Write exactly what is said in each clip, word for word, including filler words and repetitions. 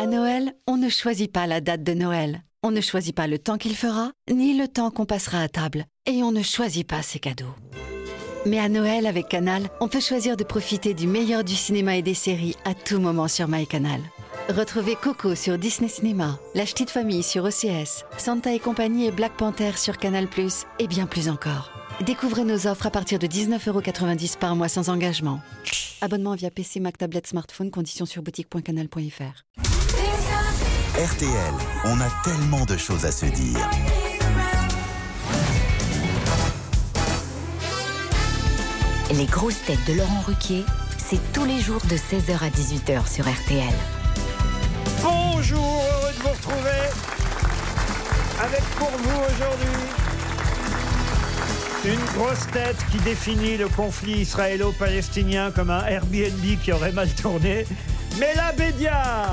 À Noël, on ne choisit pas la date de Noël. On ne choisit pas le temps qu'il fera, ni le temps qu'on passera à table. Et on ne choisit pas ses cadeaux. Mais à Noël, avec Canal, on peut choisir de profiter du meilleur du cinéma et des séries à tout moment sur MyCanal. Retrouvez Coco sur Disney Cinéma, La Ch'tite Famille sur O C S, Santa et compagnie et Black Panther sur Canal plus, et bien plus encore. Découvrez nos offres à partir de dix-neuf euros quatre-vingt-dix par mois sans engagement. Abonnement via P C, Mac, tablette, smartphone, conditions sur boutique point canal point f r. R T L, on a tellement de choses à se dire. Les grosses têtes de Laurent Ruquier, c'est tous les jours de seize heures à dix-huit heures sur R T L. Bonjour, heureux de vous retrouver avec pour vous aujourd'hui une grosse tête qui définit le conflit israélo-palestinien comme un Airbnb qui aurait mal tourné, Mela Bédia.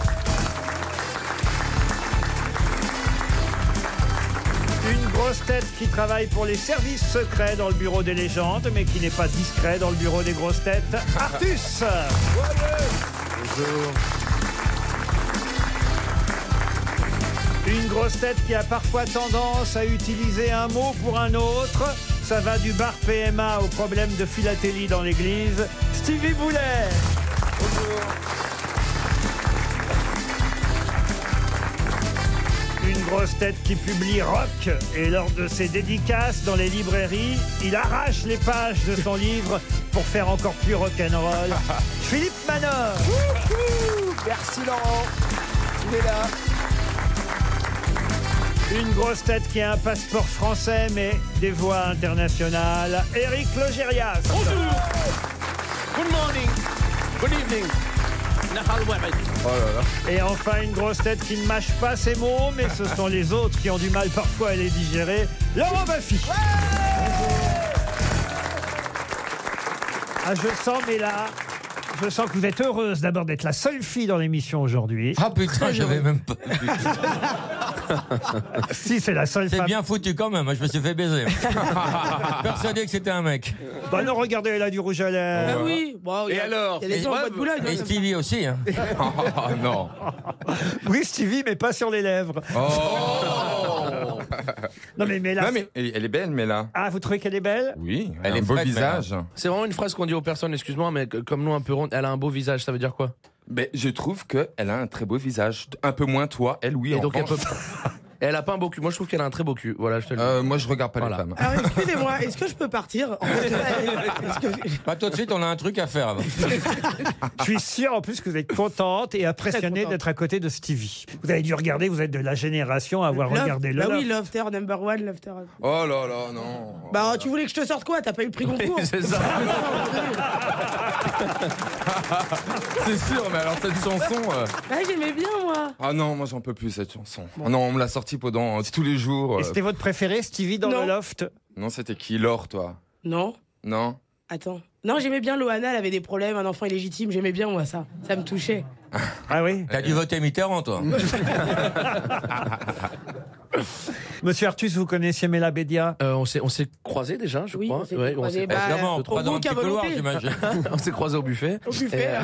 Une grosse tête qui travaille pour les services secrets dans le bureau des légendes, mais qui n'est pas discret dans le bureau des grosses têtes, Artus. Bonjour. Une grosse tête qui a parfois tendance à utiliser un mot pour un autre. Ça va du bar P M A au problème de philatélie dans l'église. Stevie Boulet. Bonjour. Une grosse tête qui publie rock et lors de ses dédicaces dans les librairies, il arrache les pages de son livre pour faire encore plus rock'n'roll. Philippe Manor. Merci Laurent. Il est là. Une grosse tête qui a un passeport français mais des voix internationales. Éric Logérias. Bonjour. Good morning. Good evening. Oh là là. Et enfin une grosse tête qui ne mâche pas ses mots, mais ce sont les autres qui ont du mal parfois à les digérer. Laurent Baffy. Ah, je sens, mais là, je sens que vous êtes heureuse d'abord d'être la seule fille dans l'émission aujourd'hui. Ah putain, j'avais même pas. Si, c'est la seule C'est femme. bien foutu quand même, je me suis fait baiser. Persuadé que c'était un mec. Bah non, regardez, elle a du rouge à lèvres. Ah oui. Bon, Et y a- alors y a des gens en bois de boulogne. Et Stevie aussi. Hein. Oh non. Oui, Stevie, mais pas sur les lèvres. Oh. Non, mais, mais là. Non, mais elle elle est belle, mais là. Ah, vous trouvez qu'elle est belle? Oui, Elle elle est a un beau frette, visage. C'est vraiment une phrase qu'on dit aux personnes, excuse-moi, mais que- comme nous un peu ronde, elle a un beau visage, ça veut dire quoi? Mais je trouve qu'elle a un très beau visage. Un peu moins toi, elle, oui. Et en donc elle peut. revanche. Et elle a pas un beau cul. Moi je trouve qu'elle a un très beau cul. Voilà, je te le dis. Euh, moi, je regarde pas Voilà. les femmes. Alors excusez-moi, est-ce que je peux partir? En fait, est-ce que- Pas tout de suite, on a un truc à faire avant. Je suis sûr en plus que vous êtes contente et impressionnée Très contente. d'être à côté de Stevie. Vous avez dû regarder, vous êtes de la génération à avoir Love- regardé le Bah oui, Loft. Lofter, number one, Lofter. Oh là là, non. Bah tu voulais que je te sorte quoi? T'as pas eu le prix Goncourt? C'est ça. C'est sûr, mais alors cette chanson. euh, Bah j'aimais bien moi. Ah non, moi, j'en peux plus cette chanson. Ah non, on me l'a sortie pendant euh, tous les jours. Et euh. c'était votre préféré, Stevie, dans Non. le Loft? Non, c'était qui, Laure, toi? Non, Non. attends. Non, j'aimais bien Loana, elle avait des problèmes, un enfant illégitime, j'aimais bien moi ça. Ça me touchait. Ah oui? T'as dû voter Mitterrand, toi. Monsieur Artus, vous connaissiez Mela Bédia? Euh, on s'est on s'est croisés déjà, je Oui, crois. on s'est Ouais, croisés. s'est- Bah, Évidemment, au trois dans le Rook à petit couloir, volonté. j'imagine. on s'est croisés au buffet. Au buffet. Et, euh,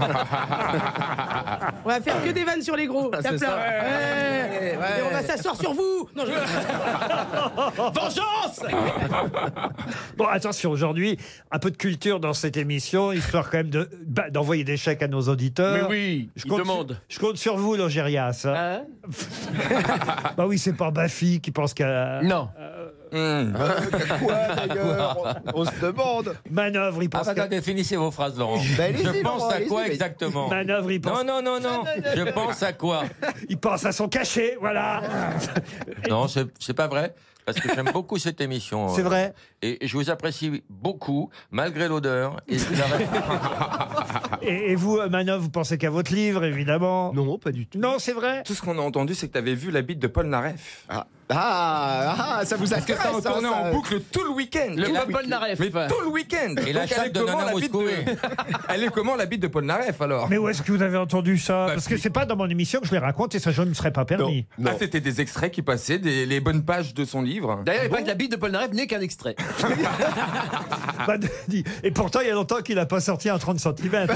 On va faire que des vannes sur les gros. Ah, Tape c'est là. ça. Ouais. Ouais, ouais. Et on va s'asseoir sur vous. Non, je... Vengeance. Bon, attention, aujourd'hui, un peu de culture dans cette émission, histoire quand même de, bah, d'envoyer des chèques à nos auditeurs. Mais oui, Je il compte, demande. sur, je compte sur vous, Logérias. hein. Bah oui, c'est pas Baffy qui pense qu'à Non. Hum. Quoi d'ailleurs? on, on se demande. manœuvre, il Ah, pense bah, qu'à... définissez vos phrases, Laurent. Bah, allez-y, Je pense Laurent, à allez-y, quoi mais- exactement? Manœuvre, il pense... Non, non, non, non. Je pense à quoi? Il pense à son cachet, voilà. Non, c'est c'est pas vrai. Parce que j'aime beaucoup cette émission. C'est euh, vrai. Et, et je vous apprécie beaucoup, malgré l'odeur. Et la- Et, et vous, Manœuvre, vous pensez qu'à votre livre, évidemment. Non, pas du tout. Non, c'est vrai. Tout ce qu'on a entendu, c'est que t'avais vu la bite de Paul Naref. Ah. Ah, ah, ça vous Parce que intéresse ça en ça, tournait ça. en boucle tout le week-end. Le Tout Paul week-end. Naref. Mais tout le week-end. Et la Donc, chatte elle est de comment, Nana la bite Moscoué. Elle est comment la bite de Paul Naref alors? Mais où est-ce que vous avez entendu ça? Bah, Parce que si. c'est pas dans mon émission que je les raconte et ça, je ne me serais pas permis. Non. Ah, c'était des extraits qui passaient, des, les bonnes pages de son livre. D'ailleurs, il paraît que la bite de Paul Naref n'est qu'un extrait. Bah, dis- et pourtant, il y a longtemps qu'il n'a pas sorti un trente centimètres.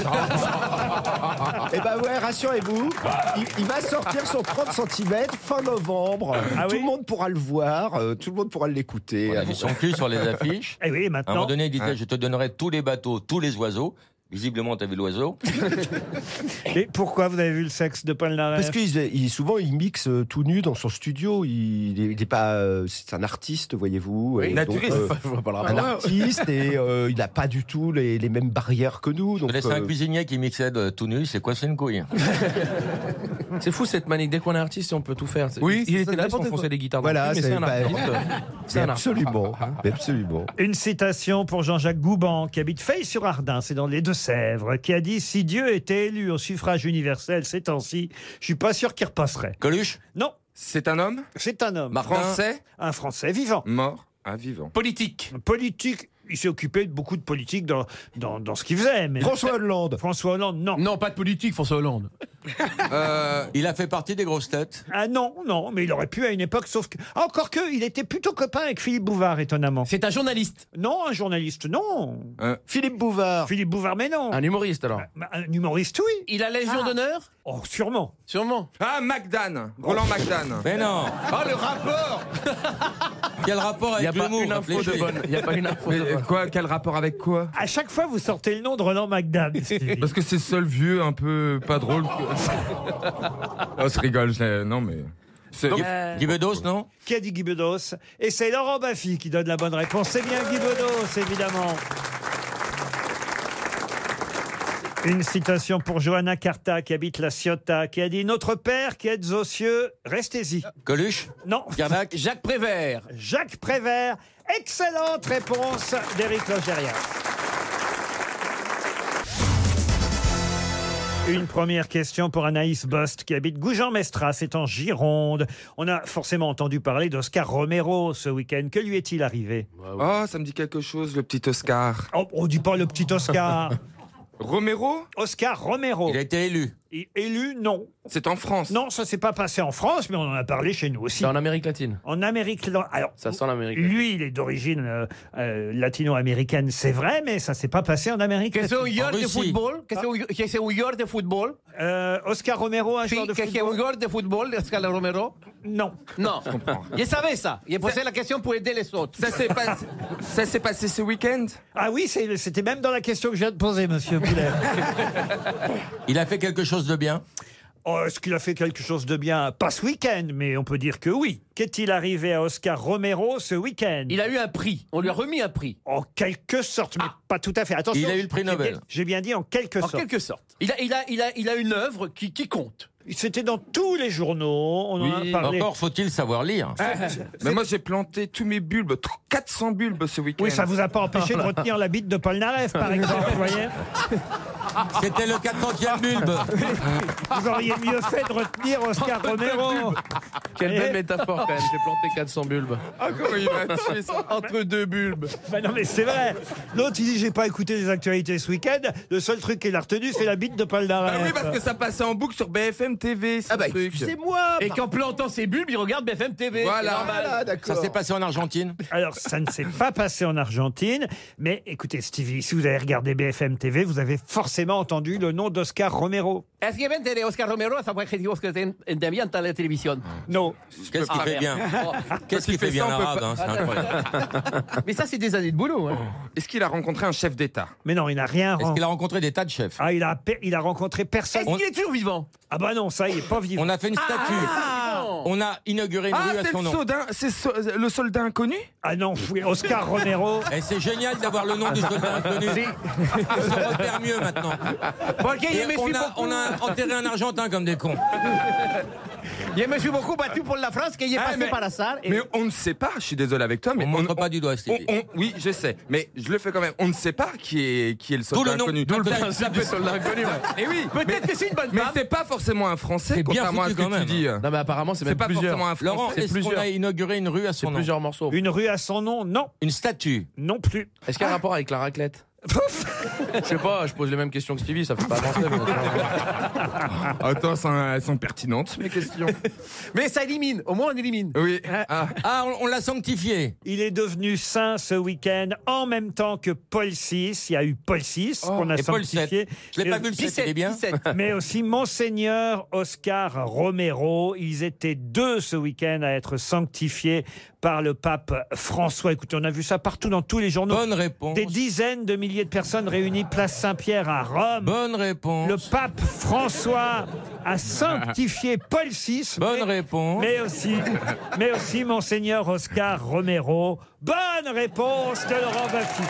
Eh ben ouais, rassurez-vous, il, il va sortir son trente centimètres fin novembre. Ah tout oui le monde pourra le voir, euh, tout le monde pourra l'écouter. On a vu son cul sur les affiches. Et oui, À un maintenant. moment donné, il disait je te donnerai tous les bateaux, tous les oiseaux. Visiblement, t'as vu l'oiseau. Et pourquoi vous avez vu le sexe de Paul Naref? Parce qu'il il- souvent il mixe euh, tout nu dans son studio. Il, il est, il est pas, euh, c'est un artiste, voyez-vous. et donc, naturiste. euh, Je vois pas le un rapport. artiste et euh, il n'a pas du tout les, les mêmes barrières que nous. Je Donc, laissais un euh, cuisinier qui mixait de tout nu, c'est quoi, c'est une couille. C'est fou cette manie. Dès qu'on est artiste, on peut tout faire. C'est- Oui, il c'est était ça, là, il n'importe s'enfonçait quoi. des guitares. Voilà, dans le cul, mais c'est c'est un pas- artiste. C'est un artiste. absolument, absolument. Une citation pour Jean-Jacques Gouban, qui habite Feille-sur-Ardin, c'est dans les Deux-Sèvres, qui a dit « Si Dieu était élu au suffrage universel ces temps-ci, je suis pas sûr qu'il repasserait. Coluche » Non, C'est un homme c'est un homme. Martin. français, Un Français vivant. mort, à vivant. Politique. Politique, il s'est occupé de beaucoup de politique dans, dans, dans ce qu'il faisait. Mais François Hollande. François Hollande, non. Non, pas de politique, François Hollande. Euh, Il a fait partie des grosses têtes. Ah non, non, mais il aurait pu à une époque, sauf que... Ah, encore que, il était plutôt copain avec Philippe Bouvard, étonnamment. C'est un journaliste. Non, un journaliste, non. Philippe Bouvard. Philippe Bouvard, mais non. Un humoriste alors. Bah, Un humoriste, oui. Il a Légion d'honneur. Oh, sûrement. Sûrement. Ah, McDan, Roland McDan. Mais non. Ah, le rapport. Quel rapport Il n'y a avec pas l'humour? une info de Réfléchis. bonne. Il n'y a pas une info de Mais bonne. quoi, quel rapport avec quoi? À chaque fois, vous sortez le nom de Roland McDan. Stevie. Parce que c'est le seul vieux un peu pas drôle. Que... oh, je rigole, je- non mais. C'est- Guy Bedos, non? Qui a dit Guy Bedos? Et c'est Laurent Baffy qui donne la bonne réponse. C'est bien Guy Bedos, évidemment. Une citation pour Johanna Carta, qui habite la Ciotat, qui a dit « Notre Père qui êtes aux cieux, restez-y. Coluche » Non. Carnac Jacques Prévert. Jacques Prévert. Excellente réponse d'Éric Logérias. Une première question pour Anaïs Bost, qui habite Goujan-Mestras, c'est en Gironde. On a forcément entendu parler d'Oscar Romero ce week-end. Que lui est-il arrivé? Oh, ça me dit quelque chose, le petit Oscar. Oh, on dit pas le petit Oscar. Romero, Oscar Romero. Il a été élu. Et- Élu, non. c'est en France. Non, ça s'est pas passé en France, mais on en a parlé chez nous aussi. C'est en Amérique latine. En Amérique latine. Alors, Ça sent l'Amérique latine. lui, il est d'origine euh, euh, latino-américaine, c'est vrai, mais ça s'est pas passé en Amérique Que c'est un latine. joueur En de Russie. football. Que c'est un- que c'est un joueur de football. Euh, Oscar Romero, un Sí, joueur de que c'est un football? joueur de football, Oscar Romero. Non. Non. Je savais ça. Il a posé la question pour aider les autres. Ça s'est passé, ça s'est passé ce week-end. Ah oui, c'est- c'était même dans la question que je viens de poser, monsieur Poulet. Il a fait quelque chose de bien. Oh, est-ce qu'il a fait quelque chose de bien? Pas ce week-end, mais on peut dire que oui. Qu'est-il arrivé à Oscar Romero ce week-end? Il a eu un prix. On lui a remis un prix. En quelque sorte, mais pas tout à fait. Attention. Il a eu le prix j'ai bien- Nobel. J'ai bien dit en quelque En sorte. quelque sorte. Il a, il a, il a, il a une œuvre qui, qui compte. C'était dans tous les journaux. On en Oui, a parlé. Encore faut-il savoir lire. Mais moi j'ai planté tous mes bulbes, quatre cents bulbes ce week-end. Oui, ça vous a pas empêché de retenir la bite de Paul Naref, par exemple, vous voyez. C'était le quatre centième bulbe. Vous auriez mieux fait de retenir Oscar Romero. Quelle Eh. belle métaphore quand même. J'ai planté quatre cents bulbes. Ah, comment il m'a tué ça. Entre deux bulbes. Bah non, mais c'est vrai. L'autre, il dit j'ai pas écouté les actualités ce week-end. Le seul truc qu'il a retenu, c'est la bite de Paul Naref. Ah oui, parce que ça passait en boucle sur B F M T V. ce Ah bah truc. excusez-moi. Et qu'en plantant ses bulbes, il regarde B F M T V. Voilà. C'est normal. Voilà, Ça d'accord. s'est passé en Argentine. Alors, ça ne s'est pas passé en Argentine, mais écoutez, Stevie, si vous avez regardé B F M T V, vous avez forcément entendu le nom d'Oscar Romero. Es que vente de Oscar Romero a objetivos que te à la télévision. Non. Qu'est-ce qu'il Ah, fait bien? Qu'est-ce qu'il fait fait bien ça, on peut l'arabe, hein, c'est incroyable. Mais ça, c'est des années de boulot. Hein. Est-ce qu'il a rencontré un chef d'État? Mais non, il n'a rien Est-ce rencontré. qu'il a rencontré des tas de chefs? Ah, il a, pe- il a rencontré personne. Est-ce qu'il est toujours vivant? Ah bah non, ça, il est pas vivant. On a fait une statue. On a inauguré une Ah, rue à c'est son le, nom. soldat- c'est so- le soldat inconnu. Ah non, oui, Oscar Romero. Et c'est génial d'avoir le nom du soldat inconnu. On se repère mieux maintenant. Porque Et je me on, suis a, beaucoup- on a enterré un Argentin comme des cons. Je me suis beaucoup battu pour la France, qui est Ah, passé mais- par la salle. Et... Mais on ne sait pas, je suis désolé avec toi, mais On montre pas du doigt, Stevie. on- on- oui, je sais, mais je le fais quand même. On ne sait pas qui est, qui est le D'où soldat le nom. inconnu. D'où le Ça- principe ça du peut- soldat inconnu. Et oui, Peut-être que c'est une bonne mais femme. c'est pas forcément un Français, C'est bien contrairement à ce foutu que quand tu même. dis. Non, mais apparemment, c'est C'est même pas plusieurs. forcément un Français. Laurent, c'est est-ce qu'on plusieurs. a inauguré une rue à C'est son nom? plusieurs morceaux. Une rue à son nom? Non. Une statue. Non plus. Est-ce qu'il y a un rapport avec la raclette? Je sais pas, je pose les mêmes questions que Stevie, ça fait pas avancer. mais- Attends, elles sont, elles sont pertinentes, mes questions. Mais ça élimine. Au moins, on élimine. Oui. Ah. Ah, on, on l'a sanctifié. Il est devenu saint ce week-end en même temps que Paul six. Il y a eu Paul six qu'on a Et Paul sanctifié. sept. Je l'ai pas Et- vu le sept, il est bien. dix-sept. Mais aussi Monseigneur Oscar Romero. Ils étaient deux ce week-end à être sanctifiés par le pape François. Écoutez, on a vu ça partout dans tous les journaux. Bonne réponse. Des dizaines de milliers de personnes réunies place Saint-Pierre à Rome. Bonne réponse. Le pape François a sanctifié Paul six. Bonne mais- réponse. Mais aussi, mais aussi Monseigneur Oscar Romero. Bonne réponse de Laurent Baffy.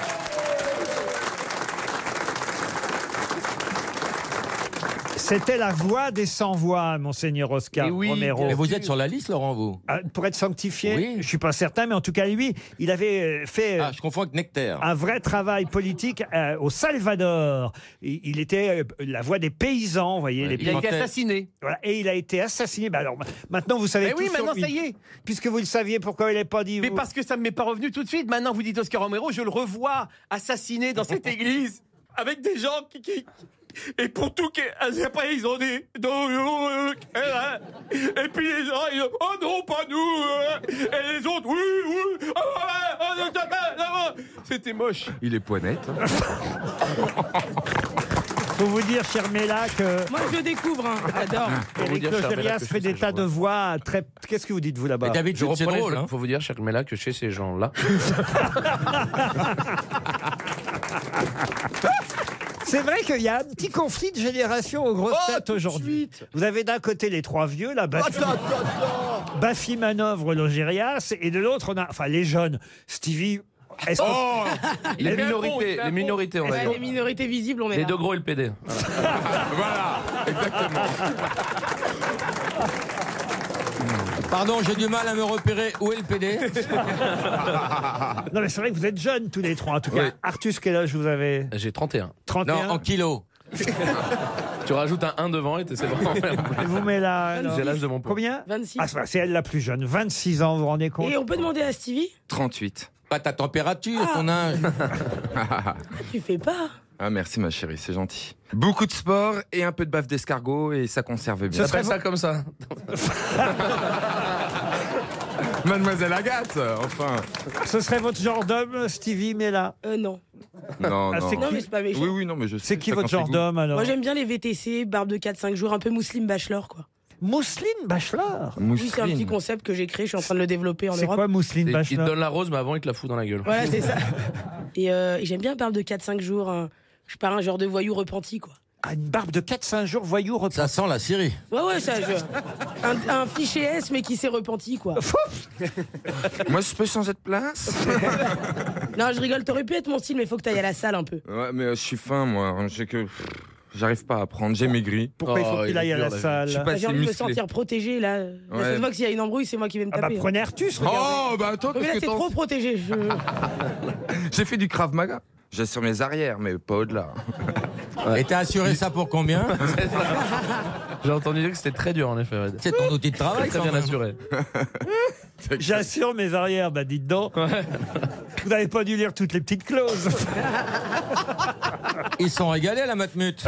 C'était la voix des sans-voix, Monseigneur Oscar Et oui, Romero. Mais vous êtes sur la liste, Laurent, vous? Ah, pour être sanctifié, Oui. je suis pas certain, mais en tout cas, lui, il avait euh, fait euh, Ah, je confonds avec Nectaire. un vrai travail politique euh, au Salvador. Il, il était euh, la voix des paysans, vous voyez. Ouais, les Il a été Pimentel. assassiné. Voilà, et il a été assassiné. Bah alors, ma- maintenant, vous savez Mais tout oui, sur maintenant, lui. ça y est. Puisque vous le saviez, pourquoi il n'est pas dit Mais vous parce que ça ne m'est pas revenu tout de suite. Maintenant, vous dites Oscar Romero, je le revois assassiné dans cette église avec des gens qui. qui- Et pour tout, qui- après ils ont dit non, non, euh, euh, et puis les gens ils ont oh non pas nous euh, et les autres oui oui ah, ouais, ah, non, ça va, ça va. C'était moche. Il est poignette. Faut vous dire, cher Mella, que Moi, je découvre, hein. J'adore. vous Eric dire, cher Mella, Logérias que fait je des sais, tas je de vois. voix très. Qu'est-ce que vous dites, vous, là-bas Mais Je d'habitude, c'est reprenais, drôle. il Hein. faut vous dire, cher Mella, que chez ces gens-là, C'est vrai qu'il y a un petit conflit de génération aux grosses Oh, têtes tout de aujourd'hui. suite. Vous avez d'un côté les trois vieux, là, Baffy, Attends, attends, attends. Baffy Manœuvre, Logérias, et de l'autre, on a. Enfin, les jeunes. Stevie. Est-ce qu'on- Oh les fait un pont, il minorités, fait un les pont. minorités, on va Ouais, dire. les minorités visibles, on est Les là. deux gros et le P D. Voilà. Voilà, exactement. Pardon, j'ai du mal à me repérer. Où est le P D? Non, mais c'est vrai que vous êtes jeunes tous les trois. En tout cas, Oui. Artus, quel âge vous avez J'ai trente et un. trente et un. Non, en kilos. Tu rajoutes un un devant et c'est vraiment. Et vous mettez là. alors J'ai l'âge de mon père. Combien vingt-six. Ah, c'est vrai, c'est elle la plus jeune. vingt-six ans, vous vous rendez compte Et on peut demander à Stevie? trente-huit. Pas ta température, ton âge. Tu fais pas. Ah, merci, ma chérie, c'est gentil. Beaucoup de sport et un peu de baffe d'escargot et ça conserve bien. Ça s'appelle ça comme ça. Mademoiselle Agathe, enfin. Ce serait votre genre d'homme, Stevie Mella. Euh, non. Non, Ah, non. c'est Non, mais c'est pas méchant. Oui, oui, non, mais je sais. C'est qui chacun votre ses genre goûts. d'homme alors Moi, j'aime bien les V T C, barbe de quatre cinq jours, un peu Mousseline Bachelor, quoi. Mousseline Bachelor. Oui, c'est un petit Mousseline. concept que j'ai créé, je suis en train de le développer en C'est Europe. quoi Mousseline Il te Bachelor donne la rose, mais avant, il te la fout dans la gueule. Voilà, c'est ça. Et, euh, et j'aime bien barbe de quatre cinq jours. hein. Je suis pas un genre de voyou repenti, quoi. Ah, une barbe de quatre cinq jours, voyou, repos. Ça sent la Syrie. Ouais, ouais, ça, je... un, un fichier S, mais qui s'est repenti, quoi. Moi, je peux changer de place. Non, je rigole, t'aurais pu être mon style, mais faut que t'ailles à la salle un peu. Ouais, mais euh, je suis fin, moi. Je sais que pff, j'arrive pas à prendre. J'ai maigri. Pourquoi il faut Oh, qu'il il est aille à dur, la la vie. salle Je suis pas J'ai assez envie de me musclé. sentir protégé, là. La Ouais. seule fois que s'il y a une embrouille, c'est moi qui vais me Ah bah taper. hein. prenez Artus, regardez. Oh, bah attends, Mais qu'est-ce là, que t'es t'en trop protégé. Je... J'ai fait du Krav Maga. J'ai sur mes arrières, mais pas au-delà. Et t'as assuré ça pour combien? J'ai entendu dire que c'était très dur, en effet. ouais. C'est ton outil de travail, Très quand bien même. assuré. J'assure mes arrières, bah dites donc. Vous n'avez pas dû lire toutes les petites clauses. Ils sont régalés, la matmute.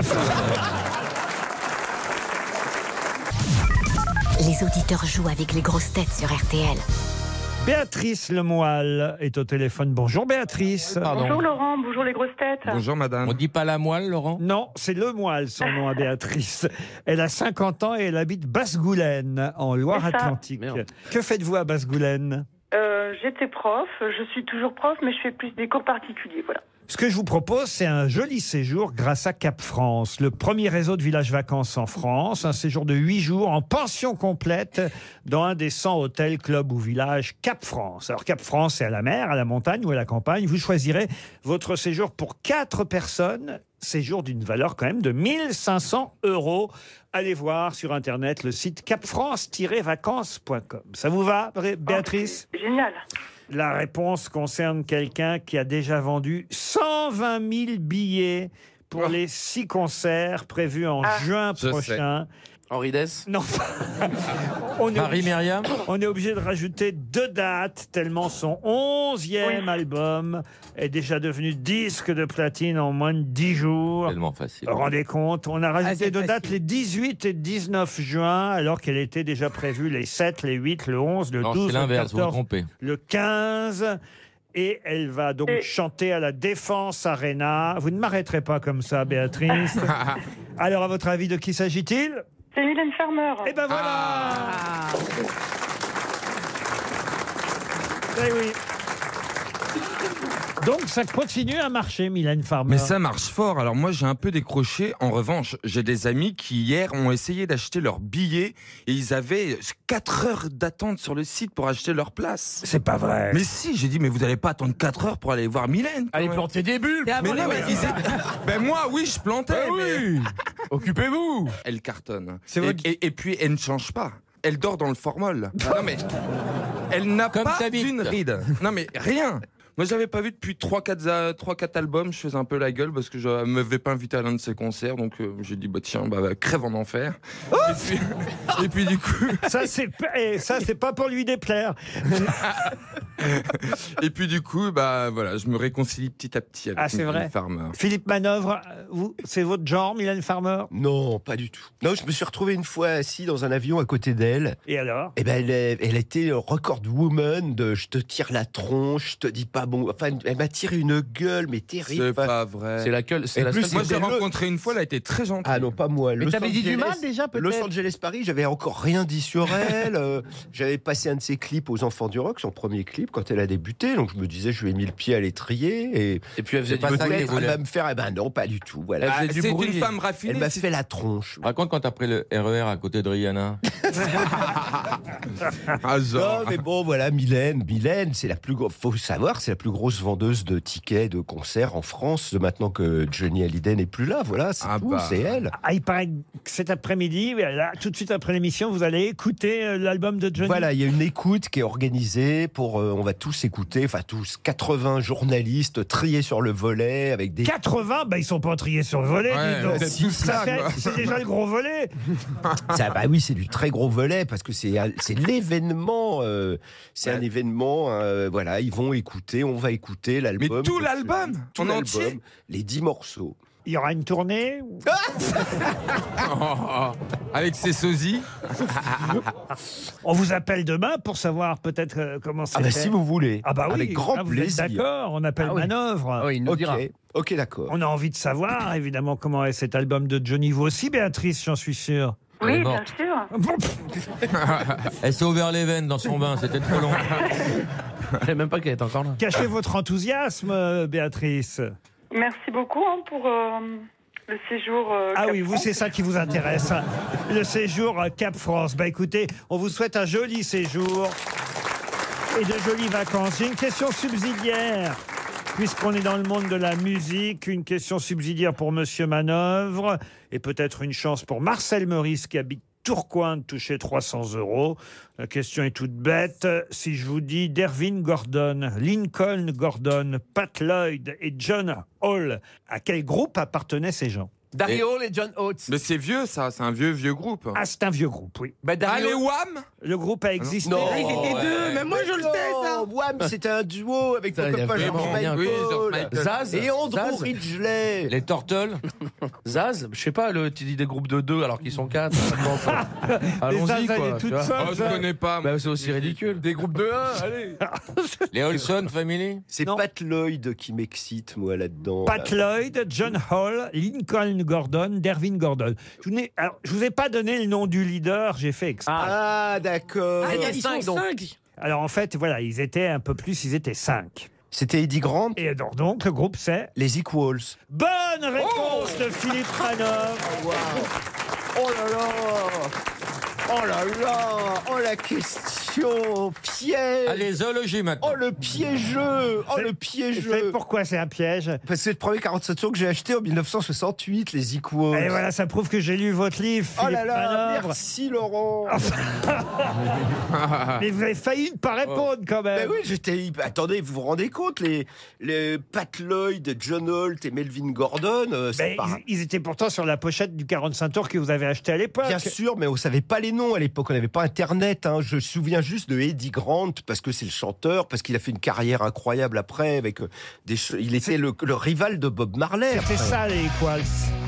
Les auditeurs jouent avec les grosses têtes sur R T L. Béatrice Lemoyle est au téléphone. Bonjour Béatrice. Bonjour Laurent, bonjour les grosses têtes. Bonjour, madame. On dit pas la moelle, Laurent? Non, c'est Lemoyle son nom à Béatrice. Elle a cinquante ans et elle habite Basse-Goulaine, en Loire-Atlantique. Merde. Que faites-vous à Basse-Goulaine? Euh, J'étais prof, je suis toujours prof, mais je fais plus des cours particuliers, voilà. Ce que je vous propose, c'est un joli séjour grâce à Cap France, le premier réseau de villages vacances en France. Un séjour de huit jours en pension complète dans un des cent hôtels, clubs ou villages Cap France. Alors Cap France, c'est à la mer, à la montagne ou à la campagne. Vous choisirez votre séjour pour quatre personnes. Séjour d'une valeur quand même de mille cinq cents euros. Allez voir sur Internet le site cap france tiret vacances point com. Ça vous va, Béatrice ? Oh, génial. La réponse concerne quelqu'un qui a déjà vendu cent vingt mille billets pour les six concerts prévus en Ah. juin Je prochain. Henri Dess. Non. on, est Marie obligé, Myriam. on est obligé de rajouter deux dates, tellement son onzième Oui. album est déjà devenu disque de platine en moins de dix jours. Tellement facile. Vous vous rendez compte, on a rajouté Ah, c'est deux dates, facile. les dix-huit et dix-neuf juin, alors qu'elle était déjà prévue les sept, les huit, le onze, le Non, douze, c'est le l'inverse, vous vous quatorze, trompez. le quinze. Et elle va donc Et- chanter à la Défense Arena. Vous ne m'arrêterez pas comme ça, Béatrice. Alors, à votre avis, de qui s'agit-il ? C'est Mylène Farmer. Eh ben voilà. Ah. Eh oui. Donc, ça continue à marcher, Mylène Farmer. Mais ça marche fort. Alors moi, j'ai un peu décroché. En revanche, j'ai des amis qui hier ont essayé d'acheter leurs billets et ils avaient quatre heures d'attente sur le site pour acheter leur place. C'est pas vrai. Mais si, j'ai dit, mais vous n'allez pas attendre quatre heures pour aller voir Mylène. quand Allez même. planter des bulles. Et avant Mais les non, mais vacances. ils étaient- ben moi, oui, je plantais. Ah mais oui. Occupez-vous. elle cartonne. C'est Et, votre- et- et puis, elle ne change pas. Elle dort dans le formol. Non mais, elle n'a Comme pas ta bite. une ride. Non mais rien. Moi, je l'avais pas vu depuis trois quatre albums. Je faisais un peu la gueule parce que je ne m'avais pas invité à l'un de ses concerts. Donc, euh, j'ai dit, bah tiens, bah, bah, crève en enfer. et, puis, et puis, du coup, Ça, c'est et ça, c'est pas pour lui déplaire. et puis, du coup, bah voilà, je me réconcilie petit à petit avec Ah, c'est Mylène vrai Farmer. Philippe Manœuvre, vous, c'est votre genre, Mylène Farmer ? Non, pas du tout. Non, je me suis retrouvé une fois assis dans un avion à côté d'elle. Et alors ? Et ben, elle, est- elle était record woman de je te tire la tronche, je te dis pas bon. Enfin, elle m'a tiré une gueule, mais terrible. C'est Enfin, pas vrai. C'est la gueule. C'est Et la plus, seule. Moi, j'ai c'était le- rencontré une fois, elle a été très gentille. Ah non, pas moi. Mais Los t'avais dit du Angeles- mal déjà, peut-être. Los Angeles Paris, j'avais encore rien dit sur elle. euh, J'avais passé un de ses clips aux Enfants du Rock, son premier clip, quand elle a débuté. Donc je me disais, je lui ai mis le pied à l'étrier. Et Et puis elle faisait C'est du pas ça bruit. qu'elle peut-être voulait. elle va me faire. Eh ben non, pas du tout. Voilà. Ah, Elle faisait du c'est bruit. une femme raffinée. Elle m'a c'est- fait la tronche. Raconte quand t'as pris le R E R à côté de Rihanna. Ah, genre. Non, mais bon, voilà, Mylène. Mylène, c'est la plus grosse. Faut savoir, c'est la plus grosse vendeuse de tickets de concerts en France. Maintenant que Johnny Hallyday n'est plus là, voilà, c'est Ah tout, bah. c'est elle. Ah, il paraît que cet après-midi, là, tout de suite après l'émission, vous allez écouter euh, l'album de Johnny. Voilà, il y a une écoute qui est organisée pour. euh, on va tous écouter, enfin tous, quatre-vingts journalistes triés sur le volet avec des. quatre-vingts, bah ils sont pas triés sur le volet. Ouais, dis donc. c'est si, tout ça Ça ça, fait- quoi. c'est déjà le gros volet. Ça, bah oui, c'est du très gros volet parce que c'est c'est l'événement. euh, c'est un événement. euh, voilà, ils vont écouter, on va écouter l'album. Mais tout de- l'album, tout en l'album, entier. les dix morceaux. Il y aura une tournée. ou- Oh, avec ses sosies. On vous appelle demain pour savoir peut-être euh, comment c'est Ah bah fait. si vous voulez. Ah bah oui, avec grand ah, vous êtes plaisir. D'accord, on appelle Ah oui. Manœuvre. Ah oui, il nous Ok, dira. ok, d'accord. On a envie de savoir, évidemment, comment est cet album de Johnny. Vous aussi, Béatrice, j'en suis sûr. Elle est Oui, bien morte. sûr. Elle s'est ouvert les veines dans son bain, c'était trop long. Je savais même pas qu'elle était encore là. Cachez votre enthousiasme, euh, Béatrice. Merci beaucoup hein, pour euh, le séjour. euh, Ah Cap oui, vous, France. c'est ça qui vous intéresse. hein. Le séjour à Cap France. Bah écoutez, on vous souhaite un joli séjour et de jolies vacances. J'ai une question subsidiaire. Puisqu'on est dans le monde de la musique, une question subsidiaire pour Monsieur Manœuvre et peut-être une chance pour Marcel Meurice qui habite Tourcoing de toucher trois cents euros. La question est toute bête. Si je vous dis Dervin Gordon, Lincoln Gordon, Pat Lloyd et John Hall, à quel groupe appartenaient ces gens? Dario et John Oates. Mais c'est vieux, ça. C'est un vieux, vieux groupe. Ah, c'est un vieux groupe, oui. Bah, Dario- Allez, Wham. Le groupe a existé. Non. Ah, ils étaient ouais. deux, même moi je le sais ça. Wham, c'était un duo avec Ça, mon il y a copain vraiment George rien. Oui, George Michael. Michael. Zaz. Et Andrew Zaz. Ridgeley. Les Turtles. Zaz, je sais pas, le, tu dis des groupes de deux alors qu'ils sont quatre. Allons-y, Zaz, elle quoi. est tu toute vois. seule. Oh, je connais pas. Bah, c'est aussi ridicule. Des groupes de un, allez. Les Olson Family. C'est Non. Pat Lloyd qui m'excite, moi, là-dedans. Pat Lloyd, John Hall, Lincoln Gordon, Dervin Gordon. Je vous, n'ai- alors, je vous ai pas donné le nom du leader, j'ai fait exprès. Ah, d'accord. Ah, il y a- était ils sont cinq, donc. cinq. Alors en fait, voilà, ils étaient un peu plus, ils étaient cinq. C'était Eddie Grant. Et alors donc, le groupe c'est Les Equals. Bonne réponse oh de Philippe Manœuvre. Oh, wow. Oh là là. Oh là là. Oh la question piège. Allez, zoologie maintenant. Oh le piégeux. Oh le piégeux. Pourquoi c'est un piège? Parce que c'est le premier quarante-sept tours que j'ai acheté en mille neuf cent soixante-huit, les Equals. Et voilà, ça prouve que j'ai lu votre livre, Philippe Oh là là, Manœuvre. merci Laurent. Mais vous avez failli ne pas répondre quand même. Ben oui, j'étais. Attendez, vous vous rendez compte, les, les Pat Lloyd, John Holt et Melvin Gordon, euh, c'est Ben, pas... ils, ils étaient pourtant sur la pochette du quarante-cinq tours que vous avez acheté à l'époque. Bien sûr, mais on savait pas les noms à l'époque, on n'avait pas Internet. Hein. Je me souviens juste de Eddie Grant, parce que c'est le chanteur, parce qu'il a fait une carrière incroyable après, avec euh, des ch- il était le, le rival de Bob Marley. C'était après. ça les Equals.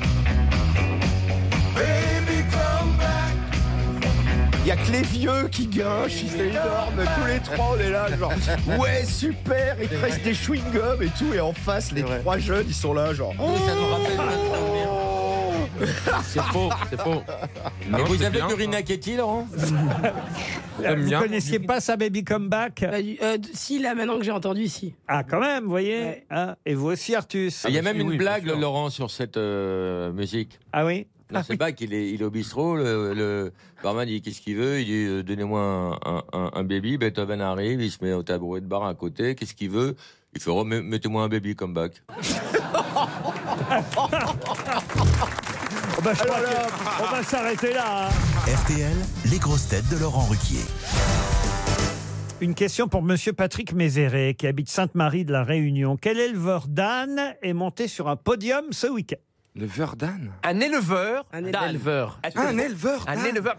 Il y a que les vieux qui gâchent, c'est énorme. Tous les trois, on est là, genre, ouais, super, il te reste des chewing-gums et tout. Et en face, les trois jeunes, ils sont là, genre, oh, Ça nous rappelle C'est faux, c'est faux. Et vous c'est avez bien, du Rinaketi, Laurent? J'aime Vous bien. connaissiez pas ça, Baby Come Back? Bah, du- euh, si, là, maintenant que j'ai entendu, si. Ah, quand même, vous voyez. Ouais. Hein, et vous aussi, Artus. Il y a bah même si, une oui, bien blague, sûr. Laurent, sur cette euh, musique. Ah oui. Là, c'est pas qu'il est, il est au bistrot, le, le barman dit qu'est-ce qu'il veut, il dit euh, donnez-moi un, un, un, un baby, Beethoven arrive, il se met au tabouret de bar à côté, qu'est-ce qu'il veut? Il fait oh, met- mettez-moi un baby come back. Oh, bah, je crois que- on va s'arrêter là. hein. R T L, les grosses têtes de Laurent Ruquier. Une question pour Monsieur Patrick Mézéré, qui habite Sainte-Marie de la Réunion. Quel éleveur d'âne est monté sur un podium ce week-end? Le Verdan. Un éleveur Un d'âne. Éleveur. Est-ce que Ah, un vous- éleveur. Un d'âne. éleveur.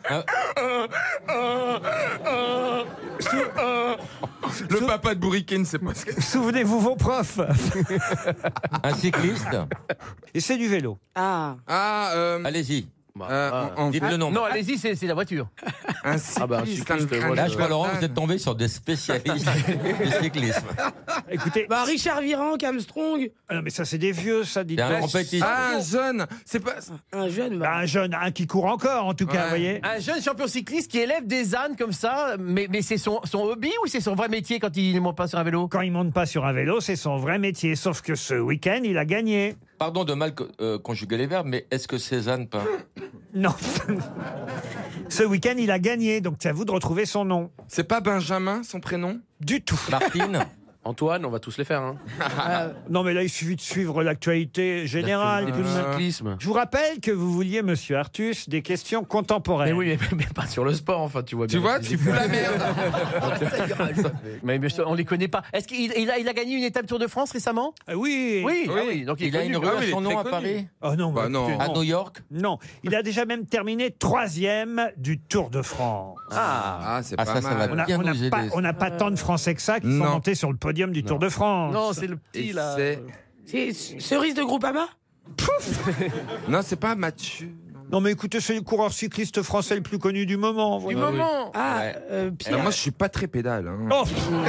Le papa de Bourriquet ne sait pas ce que Souvenez-vous vos profs. Un cycliste? Et c'est du vélo. Ah. Ah, euh, Allez-y, euh, en- en- dites le nom. Non, allez-y, c'est c'est la voiture. un cycliste, Ah bah, un cycliste, un- voilà. Là, un je vois, Laurent, Verdan. vous êtes tombé sur des spécialistes du cyclisme. Écoutez, Bah, Richard Virenque, Armstrong, ah non, mais ça c'est des vieux, ça dit. C'est un compétiteur. Ah, un jeune. C'est pas. un jeune. Bah. Un jeune, un qui court encore en tout cas, Ouais. vous voyez. Un jeune champion cycliste qui élève des ânes comme ça, mais, mais c'est son, son hobby ou c'est son vrai métier quand il ne monte pas sur un vélo? Quand il monte pas sur un vélo, c'est son vrai métier. Sauf que ce week-end, il a gagné. Pardon de mal co- euh, conjuguer les verbes, mais est-ce que Cézanne peint? Non. Ce week-end, il a gagné, donc c'est à vous de retrouver son nom. C'est pas Benjamin, son prénom? Du tout. Martine? Antoine, on va tous les faire. Hein. Non, mais là, il suffit de suivre l'actualité générale. Et tout puis de le même. cyclisme. Je vous rappelle que vous vouliez, monsieur Artus, des questions contemporaines. Mais oui, mais, mais pas sur le sport, enfin, tu vois bien. Tu vois, tu fous la merde. Mais, mais on les connaît pas. Est-ce qu'il il a, il a gagné une étape Tour de France récemment? Ah oui. Oui, Oui. ah oui, donc il, Il est a connu. une rue Ah oui, à il est son nom très à connu. Paris? Oh non, Bah bah, non. écoutez, À New York? Non, il a déjà même terminé troisième du Tour de France. Ah, Ah, c'est Ah, pas ça, ça mal. va On n'a bien on n'a nous pas, aider. on n'a pas tant de Français que ça qui sont Non. montés sur le podium du Tour de France. non, c'est le Et petit là. c'est- C'est Cerise de Groupama. Non, c'est pas Mathieu. Non mais écoutez, c'est le coureur cycliste français le plus connu du moment. Du voyez. moment. Ah, Ouais. euh, Alors, Pierre. moi, je suis pas très pédale. Hein. Oh,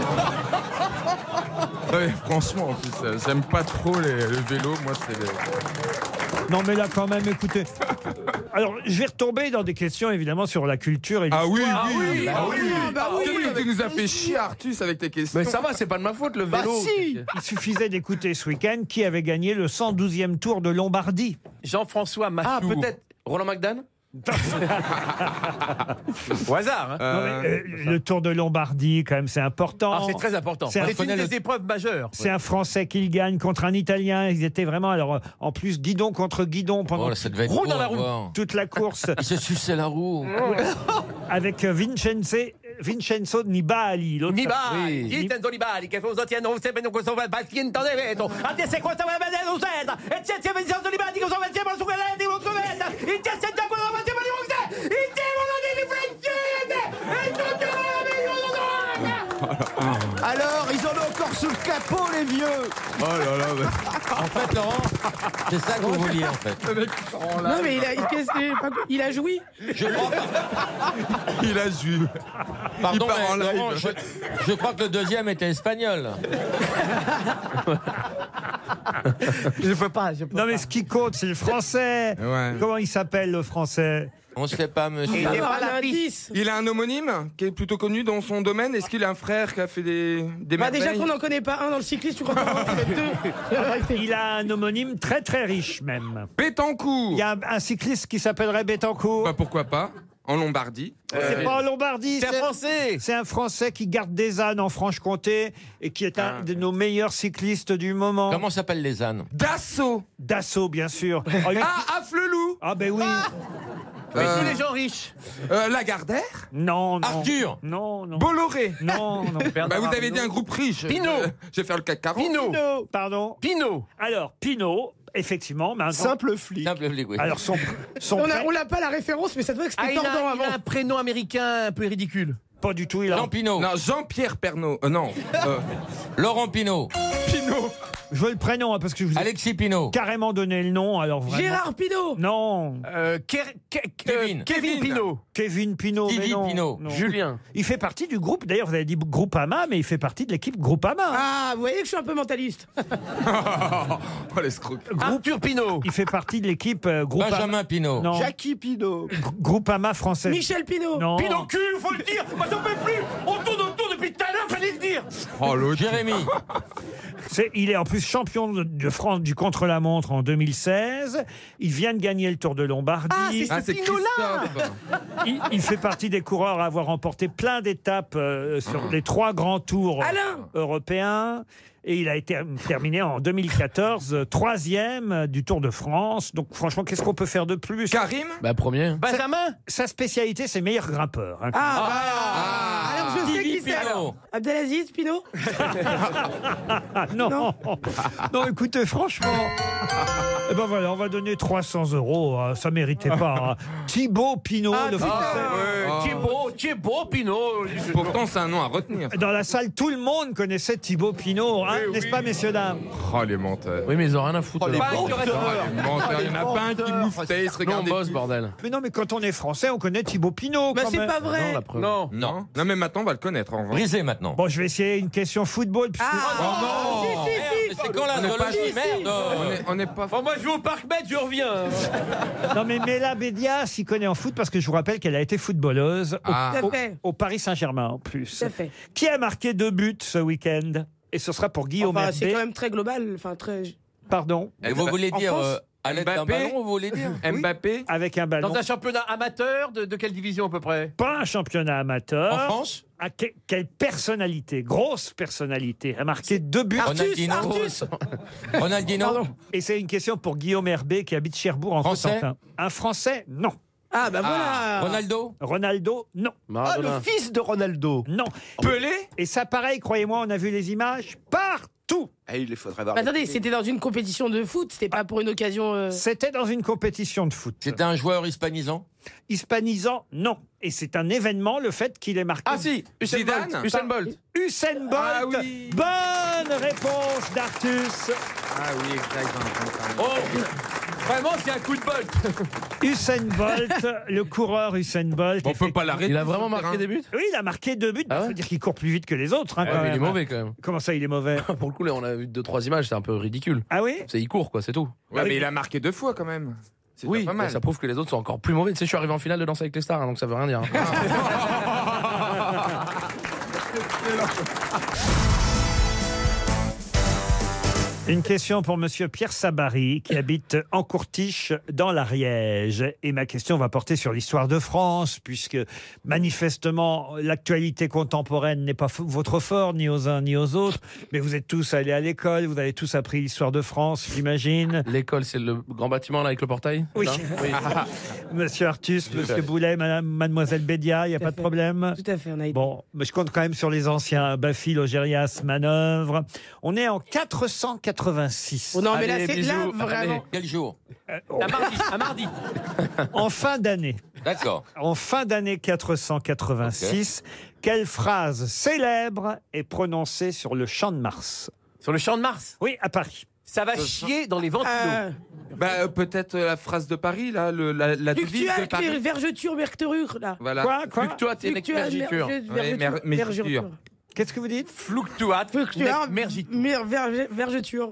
Ouais, franchement, en plus, euh, j'aime pas trop les- le vélo. Moi, c'est les... non mais là quand même, écoutez. Alors, je vais retomber dans des questions évidemment sur la culture et Ah oui, l'histoire. oui, oui, bah ah oui. oui, bah oui, Qu'est-ce que avec tu nous as fait chier, Artus, avec tes questions. Mais ça va, c'est pas de ma faute, le Bah vélo. si. Il suffisait d'écouter ce week-end qui avait gagné le cent douzième Tour de Lombardie. Jean-François Ah, Machour. peut-être Roland McDan. Au hasard. Hein. Non, mais, euh, le Tour de Lombardie, quand même, c'est important. Ah, c'est très important. C'est un- C'est une des épreuves majeures. C'est un Français qui le gagne contre un Italien. Ils étaient vraiment, alors, en plus, guidon contre guidon pendant Oh, là, ça devait être Roue beau dans la à roue. voir. toute la course Il se suçait la roue. avec Vincenzo, Vincenzo Nibali. l'autre- Nibali, Oui. Vincenzo Nibali, che cosa tiene un sempre questo baltiento de veto. Adesso questa va a vedere un seta. E c'è c'è Vincenzo Nibali, cosa facciamo su quella di un soveta. In c'è c'è quello che facciamo di un seta. In c'è quello di francese. E tutto Alors, ils en ont encore sous le capot, les vieux. Oh là là, mais... En fait, Laurent, c'est ça que vous vouliez, en fait. Non, mais il a, il, qu'est-ce que- pas- il a joui. Je crois que- Il a joué. Pardon, Il part mais en live. Laurent, je, je crois que le deuxième était espagnol. Je peux pas, je peux Non, mais pas. ce qui compte, c'est le français. Ouais. Comment il s'appelle, le français? On ne sait pas, monsieur. Il Il est est pas pas un la indice. Il a un homonyme qui est plutôt connu dans son domaine. Est-ce qu'il a un frère qui a fait des, des Bah, déjà merveilles qu'on n'en connaît pas un dans le cyclisme, tu crois pas en connaître deux. Il a un homonyme très très riche même. Bétancourt. Il y a un, un cycliste qui s'appelle Bétancourt. Bah, pourquoi pas? En Lombardie. C'est pas en Lombardie. C'est un Français. C'est un Français qui garde des ânes en Franche-Comté et qui est un Ah. de nos meilleurs cyclistes du moment. Comment s'appellent les ânes? Dassault. Dassault, bien sûr. Oh, il- Ah, Afflelou. Ah ben oui. Mais Euh, tous les gens riches. Euh, Lagardère. Non, non. Arthur. Non, non. Bolloré. Non, non. Bah, vous avez dit un groupe riche. Pinot. Euh, Je vais faire le C A C quarante. Pinot. Pinot, pardon. Pinot. Alors, Pinot, effectivement, maintenant. Simple flic. Simple flic, oui. Alors, son, son On a- pré- on l'a pas la référence, mais ça doit être que Ah, c'était il, a, tordant il a avant. un prénom américain un peu ridicule. pas du tout, il a. Jean Pinot. Non, Jean-Pierre Pernaut. Euh, non. Euh, Laurent Pinot. Pinot. Je veux le prénom, hein, parce que je vous ai Alexis Pinot. carrément donné le nom, alors vraiment. Gérard Pinault. Non. Euh, Ker- Ke- Kevin. euh, Kevin Pinot. Kevin Pinot. Stevie mais non, Pinot. non. Julien. Il fait partie du groupe, d'ailleurs, vous avez dit Groupama, mais il fait partie de l'équipe Groupama. Ah, vous voyez que je suis un peu mentaliste. Oh, l'escroc. Arthur Pinot. Il fait partie de l'équipe euh, Groupama. Benjamin Pinot. Non. Jackie Pinot. Gr- Groupama française. Michel Pinault. Non. Pinocchio, faut le dire. Moi, j'en peux plus. On tourne autour depuis tout à l'heure, fallait le dire. Oh, l'autre. Jérémy. C'est- il est en plus champion de, de France du contre-la-montre en deux mille seize. Il vient de gagner le Tour de Lombardie. Ah, c'est Ah, c'est Pinot-là. Christophe. il, il fait partie des coureurs à avoir remporté plein d'étapes euh, sur les trois grands tours Alain. européens. Et il a été terminé en deux mille quatorze, euh, troisième du Tour de France. Donc franchement, qu'est-ce qu'on peut faire de plus? Karim. Bah, premier. Benjamin. Sa spécialité, c'est meilleur grimpeur. hein. Ah, bah, Ah. alors je sais Stevie qui c'est Pinot. alors. Abdelaziz Pinot. Ah, non. Non. non, écoutez, franchement. Eh ben voilà, on va donner trois cents euros. hein, ça méritait pas. hein. Thibaut Pinot, Ah, le putain. Français. Ah. Thibaut, Thibaut Pinot. Pourtant, c'est un nom à retenir. Dans la salle, tout le monde connaissait Thibaut Pinot, hein, n'est-ce pas, messieurs, dames? Oh, les menteurs. Oui, mais ils ont rien à foutre. Oh, les eux. Pas bons. un restaurant. Les menteurs. Il y en a pas un qui mouffe face. Non, on Regardez. bosse, bordel. Mais non, mais quand on est français, on connaît Thibaut Pinot. Bah, quand c'est même. pas Non, vrai. la preuve. Non. Non. Non, mais maintenant, on va le connaître. En vrai. Brisé maintenant. Bon, je vais essayer une question football. puisque- Ah, non. si, si, Merde, si. mais c'est quand la On est pas- neurologie, merde. On est, on est pas. Bon, moi, je vais au Parc Med, je reviens. Non, mais Mela Bédia s'y connaît en foot parce que je vous rappelle qu'elle a été footballeuse au, Ah. Tout à au- fait. au Paris Saint-Germain en plus. Tout à fait. Qui a marqué deux buts ce week-end? Et ce sera pour Guillaume Enfin, c'est Herbet. quand même très global. Enfin, très. Pardon. Et vous voulez En dire France, euh, à l'aide d'un Mbappé. ballon, vous voulez dire Mbappé. Avec un ballon. Dans un championnat amateur, de, de quelle division à peu près? Pas un championnat amateur. En France À que- quelle personnalité, grosse personnalité, a marqué deux buts. Ronaldinho. Artus. Ronaldinho. Et c'est une question pour Guillaume Herbet qui habite Cherbourg en Français Cotentin. Un Français, non. Ah, bah voilà. Ronaldo. Ronaldo, non. Ah, Maradona. le fils de Ronaldo. Non. Pelé. Et ça, pareil, croyez-moi, on a vu les images partout. Ah, il faudrait voir. Bah, attendez, c'était dans une compétition de foot, c'était pas pour une occasion. euh, C'était dans une compétition de foot. C'était un joueur hispanisant. Hispanisant, non. Et c'est un événement, le fait qu'il ait marqué. Ah si, Usain Zidane. Bolt. Usain Bolt. Usain Bolt. Ah oui. Bonne réponse d'Artus. Ah oui, exact. Oh, vraiment, c'est un coup de bol. Usain Bolt, le coureur Usain Bolt. On peut pas l'arrêter. Il a vraiment sur le marqué terrain. des buts. Oui, il a marqué deux buts. Il Ah faut ouais dire qu'il court plus vite que les autres. hein, Ouais, quand mais il est même. mauvais quand même. Comment ça, il est mauvais? Pour le coup, là, on a vu deux, trois images, c'est un peu ridicule. Ah oui? C'est il court, quoi, c'est tout. Ouais, mais il a marqué deux fois quand même. C'est Oui, déjà pas mal. mais ça prouve que les autres sont encore plus mauvais. Tu sais, je suis arrivé en finale de Danse avec les stars, hein, donc ça veut rien dire. Une question pour Monsieur Pierre Sabary, qui habite en Courtiche, dans l'Ariège. Et ma question va porter sur l'histoire de France, puisque manifestement, l'actualité contemporaine n'est pas f- votre fort, ni aux uns ni aux autres. Mais vous êtes tous allés à l'école, vous avez tous appris l'histoire de France, j'imagine. L'école, c'est le grand bâtiment là avec le portail. Oui. c'est ça Oui. Monsieur Artus, Monsieur Boulet, Madame, Mademoiselle Bédia, il n'y a Tout pas à de fait. problème. Tout à fait, on a été. Bon, mais je compte quand même sur les anciens. Baffy, Logérias, Manœuvre. On est en quatre cent quatre-vingt-six. Oh non, mais là, Allez, c'est là, bisous. vraiment. Allez. Quel jour Euh, oh, Un mardi, un mardi. en fin d'année. D'accord. En fin d'année quatre cent quatre-vingt-six, quelle phrase célèbre est prononcée sur le champ de Mars? Sur le champ de Mars. Oui, à Paris. Ça va chier dans les ventilos. Euh, Bah, euh, peut-être euh, la phrase de Paris, là, le, la, la devise de Fluctuac, Paris. vergeture, mercurure, là. Voilà. Quoi, quoi? Fluctuate et Fluctuac, mergiture. merge- Ouais, mer- vergeture, mergiture. vergeture. Qu'est-ce que vous dites? Fluctuat. Fluctuat, mergit. mer- verge- vergeture.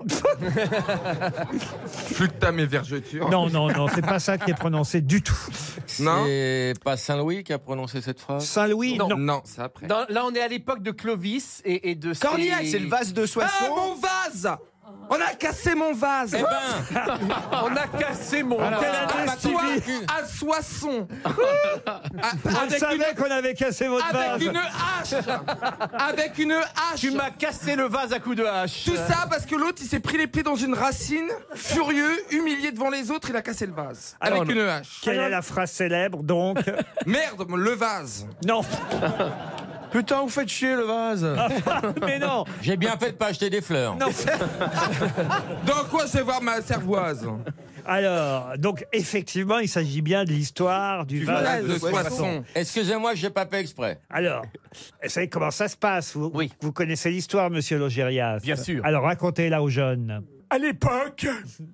Fluctam et vergeture. Non, non, non, c'est pas ça qui est prononcé du tout. Non. C'est pas Saint-Louis qui a prononcé cette phrase? Saint-Louis, non. Non. Non, c'est après. Dans- là, on est à l'époque de Clovis et, et de... Cornillac, c'est le vase de Ah, Soissons. mon vase! On a cassé mon vase! Eh ben, On a cassé mon... Quelle Ah, année, bah, toi, Stevie à Soissons! On avec savait une, qu'on avait cassé votre vase. avec une hache! Avec une hache! Tu m'as cassé le vase à coups de hache. Tout ça parce que l'autre il s'est pris les pieds dans une racine, furieux, humilié devant les autres, il a cassé le vase. Alors, avec une hache. Quelle est la phrase célèbre, donc? Merde, le vase! Non. Putain, vous faites chier le vase. Mais non. j'ai bien fait de pas acheter des fleurs. Non. Dans quoi je vais voir ma cervoise? Alors, donc, effectivement, il s'agit bien de l'histoire du, Du vase vase de de Soissons. Soissons. Excusez-moi, j'ai pas fait exprès. Alors, vous savez comment ça se passe? Vous, Oui. vous connaissez l'histoire, monsieur Logérias? Bien sûr. Alors, racontez-la aux jeunes. À l'époque,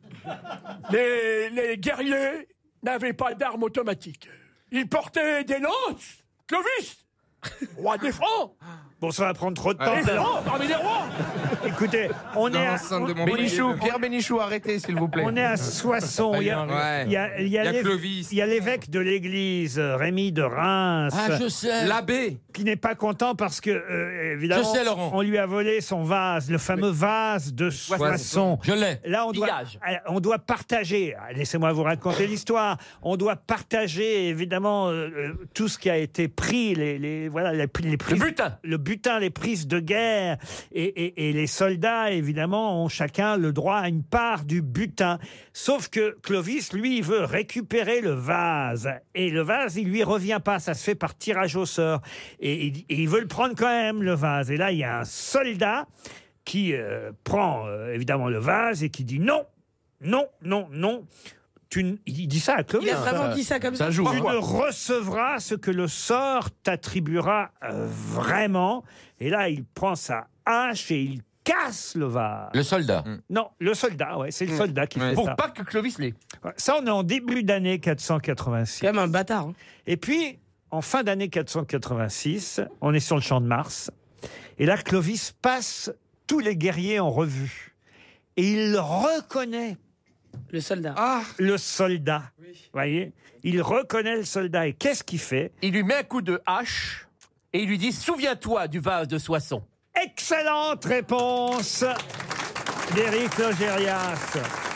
les, les guerriers n'avaient pas d'armes automatiques. Ils portaient des lances. Clovis, roi des Francs. Bon, ça va prendre trop de temps. Les Francs, parmi les rois. Écoutez, on Dans est à, l'enceinte de on, mon Bénichou, Pierre Bénichou, arrêtez s'il vous plaît. on est à Soissons. Il y a, Ouais. il y a- il y a Il y a l'év- Clovis. il y a l'évêque de l'église, Rémy de Reims, Ah, je sais. L'abbé. qui n'est pas content parce que, euh, évidemment, Je sais, Laurent. on lui a volé son vase, le fameux vase de Soissons. Je l'ai. Là, on doit, Pillage. euh, on doit partager. Ah, laissez-moi vous raconter l'histoire. On doit partager, évidemment, euh, euh, tout ce qui a été pris, les, les voilà, les, les prises, Le butin. le butin, les prises de guerre, et, et- et les soldats, évidemment, ont chacun le droit à une part du butin. Sauf que Clovis, lui, il veut récupérer le vase, et le vase, il lui revient pas. Ça se fait par tirage au sort, et, il- et il veut le prendre quand même, le vase. Et là, il y a un soldat qui euh, prend euh, évidemment le vase et qui dit non, non, non, non. Tu n- il dit ça à Clovis. Il a vraiment dit ça comme ça. Ça joue. Tu hein. ne recevras ce que le sort t'attribuera euh, vraiment. Et là, il prend sa hache et il casse le vase. Le soldat. Non, le soldat, ouais, c'est le soldat qui fait Pour ça. pas que Clovis l'ait. Ça, on est en début d'année quatre cent C'est quatre-vingt-six. quand même un bâtard. hein. Et puis, en fin d'année quatre cent quatre-vingt-six, on est sur le champ de Mars. Et là, Clovis passe tous les guerriers en revue. Et il reconnaît Le soldat. Ah, le soldat. Vous voyez? Il reconnaît le soldat. Et qu'est-ce qu'il fait? Il lui met un coup de hache et il lui dit « Souviens-toi du vase de Soissons ». Excellente réponse d'Éric Logérias.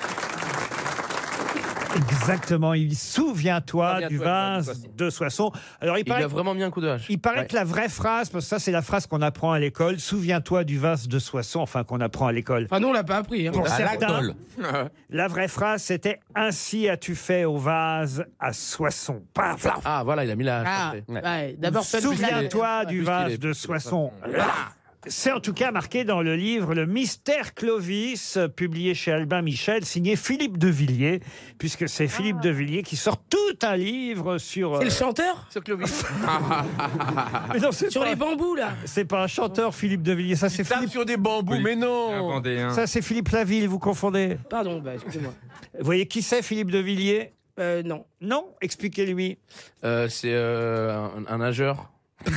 Exactement, il dit, souviens-toi Souviens-toi du du vase vase de de Soissons. Alors il Il paraît, a vraiment mis un coup de hache. il paraît Ouais. que la vraie phrase, parce que ça c'est la phrase qu'on apprend à l'école, souviens-toi du vase de Soissons, enfin qu'on apprend à l'école. Enfin, nous, on l'a pas appris. hein. Pour À certains, l'Actol. la vraie phrase c'était ainsi as-tu fait au vase à Soissons. Paf. Ah voilà, il a mis la hache. Ah, après. ouais, d'abord, fais le Souviens-toi plus- du plus vase qu'il est- de plus Soissons. Là. C'est en tout cas marqué dans le livre Le Mystère Clovis, euh, publié chez Albin Michel, signé Philippe de Villiers, puisque c'est Philippe de Villiers qui sort tout un livre sur. C'est le euh, chanteur Sur Clovis. mais non, c'est Sur pas- les bambous, là. C'est pas un chanteur, Philippe de Villiers. Ça, c'est Tape Philippe. sur des bambous, mais un non. Vendéen. Ça, c'est Philippe Laville. Vous confondez. Pardon, bah, excusez-moi. Vous voyez qui c'est, Philippe de Villiers? Euh, non. Non, expliquez-lui. Euh, c'est euh, un, un nageur.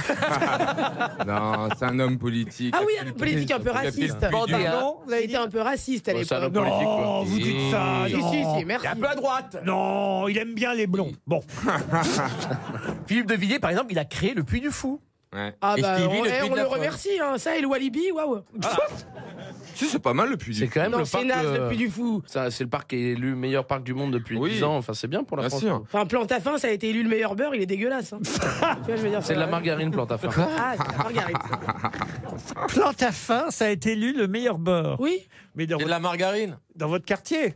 Non, c'est un homme politique. Ah oui, un politique un peu Il a fait le raciste. plus dur. Pardon, vous avez Il dit était un peu raciste à Oh, c'est un l'époque. homme politique, quoi. Non, vous dites ça. Si, non. si, si, merci. Il est un peu à droite. Non, il aime bien les blonds. Bon. Philippe de Villiers, par exemple, il a créé le Puy du Fou. Ouais. Ah Et bah, Stevie, on, le eh, Puy on de la le Folle. remercie, hein. Ça et le Walibi, waouh. Si, c'est pas mal le puits. C'est quand même Non, le c'est parc. naze, euh, le Puy du Fou. ça, c'est le parc qui est élu meilleur parc du monde depuis Oui. dix ans. Enfin, c'est bien pour la Bien France. sûr. Enfin, Plantafin, ça a été élu le meilleur beurre, il est dégueulasse. hein. Tu vois, je veux dire, C'est de la margarine plante à fin. Ah, c'est de la margarine. Plante à fin, ça a été élu le meilleur beurre. Oui. Mais dans, C'est de votre, la margarine. dans votre quartier.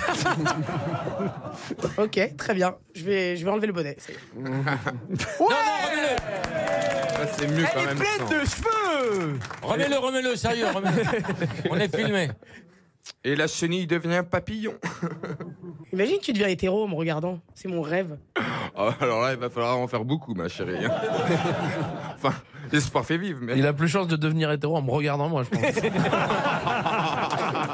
Ok, très bien. Je vais, je vais enlever le bonnet. ça y est. Ça, c'est mieux quand Elle est même. pleine sans. de cheveux. Remets-le, remets-le, sérieux, remets-le. On est filmé. Et la chenille devient papillon. Imagine, tu deviens hétéro en me regardant. C'est mon rêve. Oh, alors là, il va falloir en faire beaucoup, ma chérie. Enfin, l'espoir fait vivre. Mais... Il a plus chance de devenir hétéro en me regardant, moi, je pense.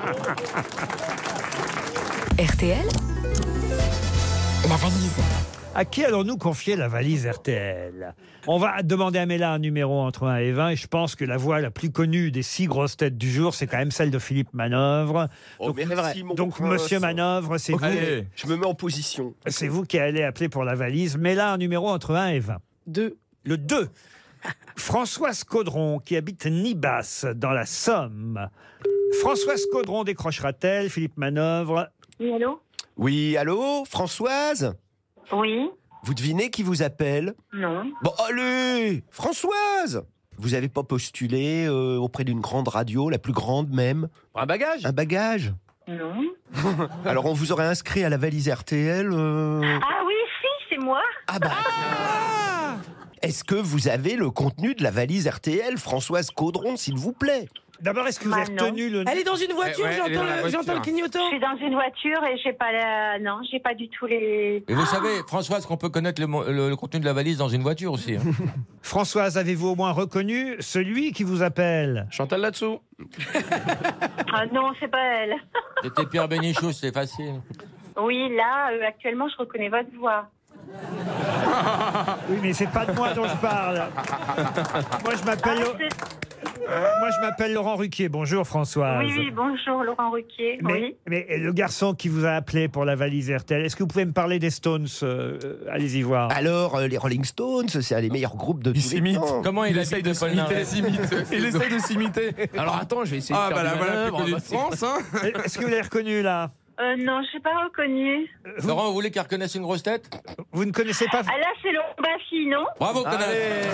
R T L, la valise. À qui allons-nous confier la valise R T L? On va demander à Mela un numéro entre un et vingt, et je pense que la voix la plus connue des six grosses têtes du jour, c'est quand même celle de Philippe Manœuvre. Oh, donc, merci, mon donc prince. Monsieur Manœuvre, c'est Allez, vous. je me mets en position. C'est vous qui allez appeler pour la valise. Mela un numéro entre un et vingt. deux. Le deux. Françoise Caudron, qui habite Nibas, dans la Somme. Françoise Caudron décrochera-t-elle? Philippe Manœuvre. Oui, allô? Oui, allô, Françoise? Oui. Vous devinez qui vous appelle? Non. Bon, allez, Françoise! Vous n'avez pas postulé euh, auprès d'une grande radio, la plus grande même? Un bagage? Un bagage? Non. Alors, on vous aurait inscrit à la valise R T L euh... Ah oui, si, c'est moi. Ah bah... Est-ce que vous avez le contenu de la valise R T L, Françoise Caudron, s'il vous plaît? D'abord, est-ce que vous Bah, avez non. retenu le... Elle est dans une voiture, Ouais, ouais, elle est dans la j'entends le, voiture. j'entends le clignotant. Je suis dans une voiture et j'ai pas la... Non, j'ai pas du tout les... Et vous savez, Françoise, qu'on peut connaître le, mo- le- le contenu de la valise dans une voiture aussi. hein. Françoise, avez-vous au moins reconnu celui qui vous appelle? Chantal là-dessous. Ah non, c'est pas elle. C'était Pierre Bénichou, c'était facile. Oui, là, euh, actuellement, je reconnais votre voix. Oui, mais c'est pas de moi dont je parle. Moi, je m'appelle... Ah, c'est- Moi, je m'appelle Laurent Ruquier. Bonjour, Françoise. Oui, oui, bonjour, Laurent Ruquier. Mais, Oui. mais le garçon qui vous a appelé pour la valise R T L, est-ce que vous pouvez me parler des Stones? euh, euh, Allez-y voir. Alors, euh, les Rolling Stones, c'est un des meilleurs groupes de Il tous les s'imite. temps. Comment il, essaye de Il s'imite. Il essaye de s'imiter. Alors attends, je vais essayer Ah de bah faire la du voilà la plus manœuvre. connue de Bah, c'est- France, hein. Est-ce que vous l'avez reconnu, là? Euh, non, je n'ai pas reconnu. Laurent, vous voulez qu'elle reconnaisse une grosse tête? Vous ne connaissez pas... Ah là, c'est Laurent Baffy, non? Bravo, connard.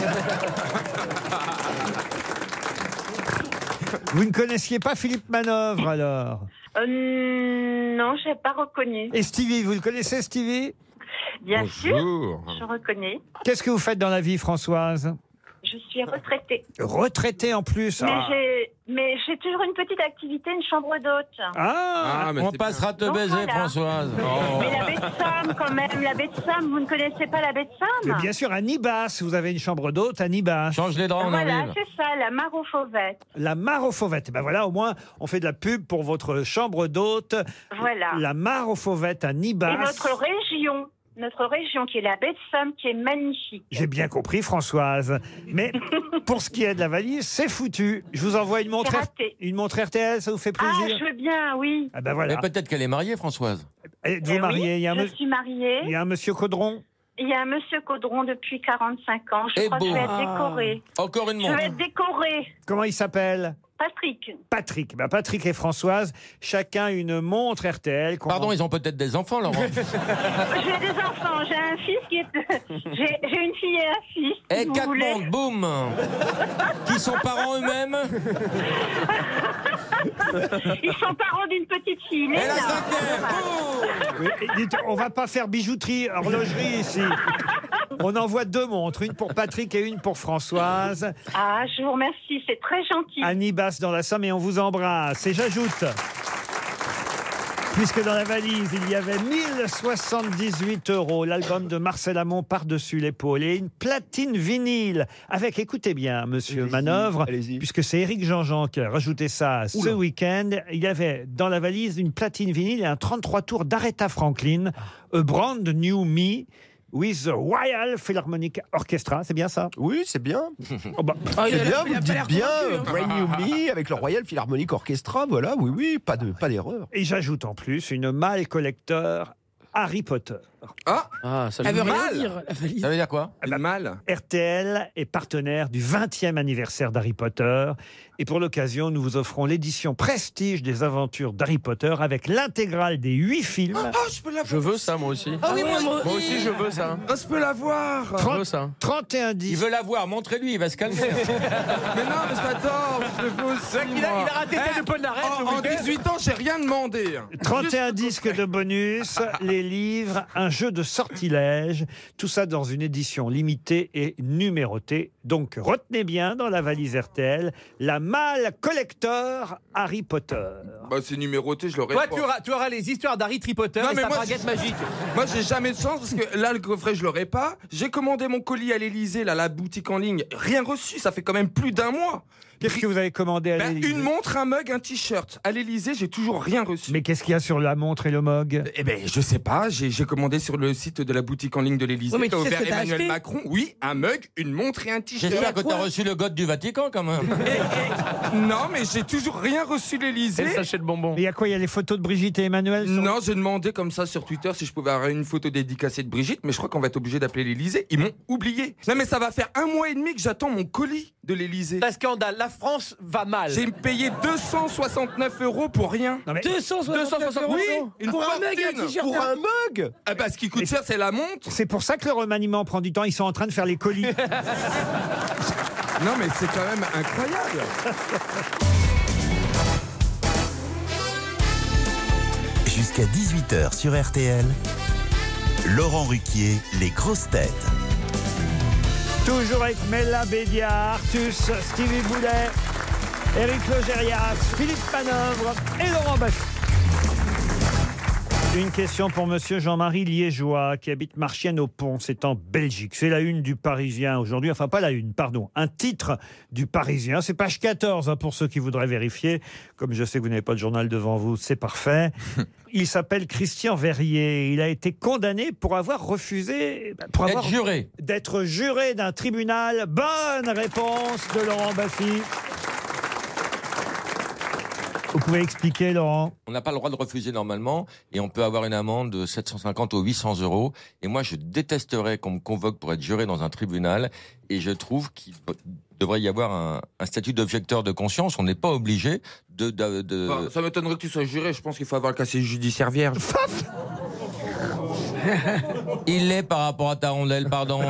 Vous ne connaissiez pas Philippe Manœuvre, alors? Euh, non, je n'ai pas reconnu. Et Stevie, vous le connaissez, Stevie? Bien sûr, Bonjour. je reconnais. Qu'est-ce que vous faites dans la vie, Françoise? Je suis retraitée. Retraitée en plus. Mais Ah, j'ai, mais j'ai toujours une petite activité, une chambre d'hôte. Ah, Ah, mais On c'est passera te Donc baiser, voilà. Françoise. Oh. Mais la baie de Somme, quand même, la baie de Somme, vous ne connaissez pas la baie de mais Somme? bien sûr, à Nibas, vous avez une chambre d'hôte à Nibas. Change les draps, on Voilà, arrive. c'est ça, la mare aux fauvettes. La Mare aux Fauvettes. Ben voilà, au moins, on fait de la pub pour votre chambre d'hôte. Voilà. La Mare aux Fauvettes à Et Nibas. notre région, notre région qui est la baie de Somme, qui est magnifique. J'ai bien compris, Françoise. Mais pour ce qui est de la valise, c'est foutu. Je vous envoie une montre, C'est R- raté. une montre R T L, ça vous fait Ah, plaisir? je veux bien, oui. Ah ben Mais voilà. peut-être qu'elle est mariée, Françoise. Êtes-vous Eh marié? oui, il, y a un je me- suis mariée. il y a un monsieur Caudron? Il y a un monsieur Caudron depuis quarante-cinq ans. Je Et crois que je vais beau. être décorée. Encore une Je montre. vais être décorée. Comment il s'appelle? Patrick. Patrick. Ben Patrick et Françoise, chacun une montre R T L. qu'on- Pardon, ils ont peut-être des enfants, Laurent. J'ai des enfants. J'ai un fils qui est. J'ai j'ai une fille et un fils. si Et vous quatre voulez. montres, boum. Qui sont parents eux-mêmes. Ils sont parents d'une petite fille. Et la Léna. cinquième, boum. Oui, et dites, on va pas faire bijouterie, horlogerie ici. On envoie deux montres, une pour Patrick et une pour Françoise. Ah, je vous remercie. C'est très gentil. À Nibas dans la Somme, et on vous embrasse. Et j'ajoute, puisque dans la valise, il y avait mille soixante-dix-huit euros, l'album de Marcel Amont par-dessus l'épaule, et une platine vinyle avec, écoutez bien, monsieur Allez-y, Manœuvre, allez-y. puisque c'est Éric Jean-Jean qui a rajouté ça ce Oula. week-end. Il y avait dans la valise une platine vinyle et un trente-trois tours d'Aretha Franklin, A Brand New Me, with the Royal Philharmonic Orchestra. C'est bien ça? Oui, c'est bien. Oh bah, Ah, il C'est a- bien, il vous a le pas l'air dites bien. convaincu, euh, hein. Brand New Me avec le Royal Philharmonic Orchestra. Voilà, oui, oui, pas de, pas d'erreur. Et j'ajoute en plus une malle collector Harry Potter. Ah, Ah, ça Elle je veut rien mal. dire, la valise. Ça veut dire quoi? le mal. R T L est partenaire du vingtième anniversaire d'Harry Potter. Et pour l'occasion, nous vous offrons l'édition prestige des aventures d'Harry Potter avec l'intégrale des huit films. Ah, je peux l'avoir. Je veux ça, moi aussi. Ah oui, Ah ouais, moi, moi Moi aussi, je veux ça. Ah, je peux l'avoir. Je veux ça. trente et un Il disques. veut la voir, montrez-lui, il va se calmer. Mais non, mais attends, je le veux aussi. Il a, moi. il a raté Eh, le Polnareff en, le en week-end. dix-huit ans, j'ai rien demandé. trente et un disques de bonus, les livres, un jeu de sortilège, tout ça dans une édition limitée et numérotée. Donc, retenez bien dans la valise R T L la malle collector Harry Potter. Bah, c'est numéroté, je l'aurais Toi, pas. tu auras, tu auras les histoires d'Harry Potter et sa moi, baguette j'ai- magique. Moi, j'ai jamais de chance parce que là, le coffret, je l'aurais pas. J'ai commandé mon colis à l'Elysée, là, la boutique en ligne. Rien reçu, ça fait quand même plus d'un mois. Qu'est-ce que vous avez commandé à Ben, l'Élysée? une montre, un mug, un t-shirt. À l'Elysée, j'ai toujours rien reçu. Mais qu'est-ce qu'il y a sur la montre et le mug? Eh ben, je sais pas. J'ai j'ai commandé sur le site de la boutique en ligne de l'Elysée. Ouais, mais tu sais ce vers que t'as Emmanuel acheté Macron. Oui, un mug, une montre et un t-shirt. J'espère que tu as reçu le God du Vatican quand même. Non, mais j'ai toujours rien reçu de l'Elysée. Et le sachet de bonbons. Il y a quoi? Il y a les photos de Brigitte et Emmanuel sur- Non, j'ai demandé comme ça sur Twitter si je pouvais avoir une photo dédicacée de Brigitte, mais je crois qu'on va être obligé d'appeler l'Elysée. Ils m'ont oublié. Non, mais ça va faire un mois et demi que j'attends mon colis de l'Elysée. C'est un scandale. La France va mal. J'ai payé deux cent soixante-neuf euros pour rien. Non, mais deux cent soixante-neuf euros Oui, une pour un mug et un fortune. t-shirt. Pour un mug Ah bah, ce qui coûte cher, c'est la montre. c'est pour ça que le remaniement prend du temps. Ils sont en train de faire les colis. Non, mais c'est quand même incroyable. Jusqu'à dix-huit heures sur R T L, Laurent Ruquier, les grosses têtes. Toujours avec Mella Bédia, Artus, Stevie Boulet, Éric Logérias, Philippe Manœuvre et Laurent Baffie. Une question pour monsieur Jean-Marie Liégeois qui habite Marchienne-au-Pont, c'est en Belgique. C'est la une du Parisien aujourd'hui, enfin pas la une, pardon, un titre du Parisien. C'est page quatorze hein, pour ceux qui voudraient vérifier. Comme je sais que vous n'avez pas de journal devant vous, c'est parfait. Il s'appelle Christian Verrier. Il a été condamné pour avoir refusé... Pour Être avoir, juré. D'être juré d'un tribunal. Bonne réponse de Laurent Baffy. Vous pouvez expliquer, Laurent? On n'a pas le droit de refuser normalement et on peut avoir une amende de sept cent cinquante ou huit cents euros. Et moi, je détesterais qu'on me convoque pour être juré dans un tribunal. Et je trouve qu'il devrait y avoir un, un statut d'objecteur de conscience. On n'est pas obligé de... de, de... Enfin, ça m'étonnerait que tu sois juré. Je pense qu'il faut avoir le casier judiciaire vierge. Il l'est par rapport à ta rondelle, pardon.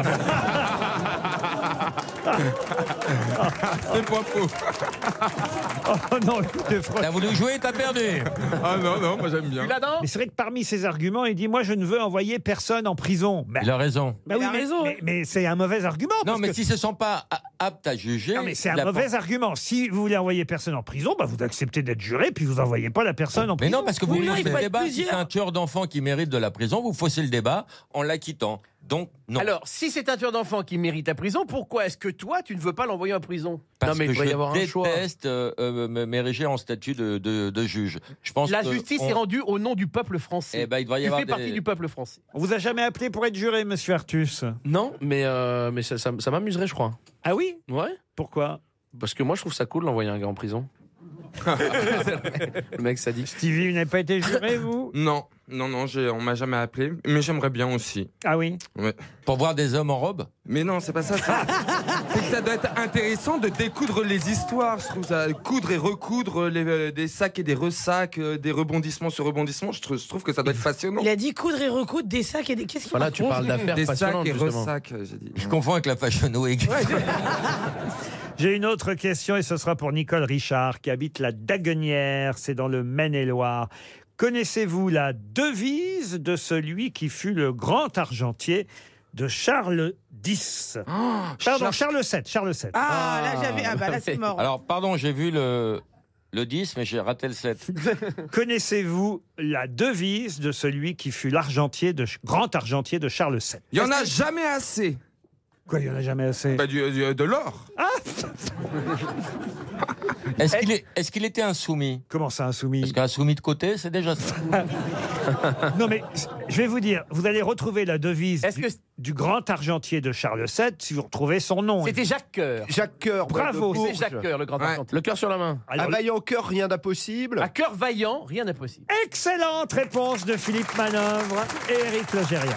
C'est pas faux. Oh non, écoutez, T'as voulu jouer, t'as perdu. Ah non, non, moi j'aime bien. Tu l'as dans Mais c'est vrai que parmi ses arguments, il dit « Moi, je ne veux envoyer personne en prison. » Il a raison. Bah oui, Il a mais, raison, mais- hein. mais c'est un mauvais argument. Non, parce mais que- s'il se sent pas a- apte à juger... Non, mais c'est il un a mauvais pas- argument. Si vous voulez envoyer personne en prison, bah vous acceptez d'être juré, puis vous envoyez pas la personne en Mais prison. non, parce que vous Oui, non, faussez il le faut être débat. Si plusieurs. c'est un tueur d'enfants qui mérite de la prison, vous faussez le débat en l'acquittant. Donc, non. Alors, si c'est un tueur d'enfant qui mérite la prison, pourquoi est-ce que toi, tu ne veux pas l'envoyer en prison? Parce Non, mais que il doit je y avoir un choix. déteste euh, euh, me- m'ériger en statut de, de, de juge. Je pense La que justice on- est rendue au nom du peuple français. Eh ben, il devrait y tu avoir fais des- partie du peuple français. On vous a jamais appelé pour être juré, monsieur Artus? Non, mais, euh, mais ça, ça, ça m'amuserait, je crois. Ah oui? Ouais. Pourquoi? Parce que moi, je trouve ça cool d'envoyer un gars en prison. Le mec sadique. Stevie, vous n'avez pas été juré, vous? Non, non, non, j'ai- on m'a jamais appelé, mais j'aimerais bien aussi. Ah oui? Ouais. Pour voir des hommes en robe? Mais non, c'est pas ça. C'est c'est que ça doit être intéressant de découdre les histoires. Je trouve ça coudre et recoudre les, euh, des sacs et des ressacs, euh, des rebondissements sur rebondissements. Je trouve, je trouve que ça doit être passionnant. Il a dit coudre et recoudre des sacs et des. Qu'est-ce qu'il Voilà, tu raconte parles d'affaires Des sacs passionnantes, et justement. ressacs, euh, j'ai dit. Je confonds avec la Fashion Week. J'ai une autre question et ce sera pour Nicole Richard qui habite la Daguenière, c'est dans le Maine-et-Loire. Connaissez-vous la devise de celui qui fut le grand argentier de Charles X? Pardon, Charles sept, Charles sept. Ah, là j'avais. Ah bah là c'est mort. Alors, pardon, j'ai vu le, le dix, mais j'ai raté le sept. Connaissez-vous la devise de celui qui fut l'argentier de grand argentier de Charles sept? Il y en a jamais assez. Quoi, il n'y en a jamais assez? Bah, du, du- de l'or. Est-ce qu'il est, est-ce qu'il était insoumis? Comment ça, insoumis? Parce qu'un soumis de côté, c'est déjà ça. Non mais je vais vous dire, vous allez retrouver la devise Est-ce du, que- du grand argentier de Charles sept si vous retrouvez son nom. C'était Jacques Coeur. Jacques Coeur. Bravo. Bravo. C'est Jacques Coeur, le grand Ouais. argentier. Le cœur sur la main. Alors, Un vaillant cœur, rien d'impossible. À cœur vaillant, rien n'est possible. excellente réponse de Philippe Manœuvre et Éric Logérias.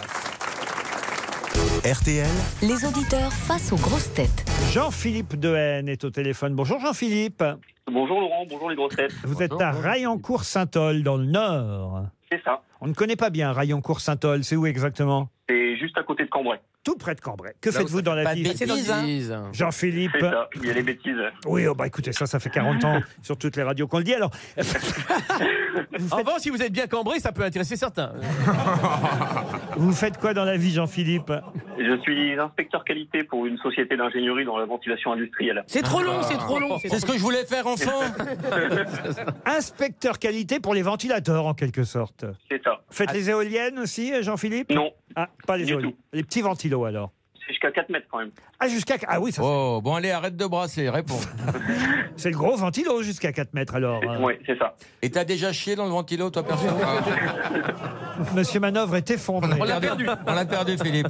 R T L, Les auditeurs face aux grosses têtes. Jean-Philippe Dehaene est au téléphone. Bonjour Jean-Philippe. Bonjour Laurent, bonjour les grosses têtes. Vous êtes à Raillencourt-Saint-Ol dans le Nord. C'est ça. On ne connaît pas bien Raillencourt-Saint-Ol, c'est où exactement? C'est juste à côté de Cambrai. Tout près de Cambrai. Que Là où faites-vous ça dans fait la pas de vie bêtises, hein. Jean-Philippe. C'est ça, il y a les bêtises. Oui, oh bah écoutez, ça, ça fait quarante ans sur toutes les radios qu'on le dit. Alors, En revanche, si vous êtes bien cambré, ça peut intéresser certains. vous faites quoi dans la vie, Jean-Philippe? Je suis inspecteur qualité pour une société d'ingénierie dans la ventilation industrielle. C'est trop long, c'est trop long. C'est ce que je voulais faire enfant. Inspecteur qualité pour les ventilateurs, en quelque sorte. C'est ça. Faites les éoliennes aussi, Jean-Philippe? Non. Ah, pas les Du éoliennes. tout. Les petits ventilos, alors. C'est jusqu'à quatre mètres quand même. Ah, jusqu'à... Ah oui, ça Oh, bon, allez, arrête de brasser, réponds. c'est le gros ventilo jusqu'à quatre mètres, alors. hein. Oui, c'est ça. Et t'as déjà chié dans le ventilo, toi, perso? Monsieur Manœuvre est effondré. On l'a perdu. On l'a perdu, Philippe.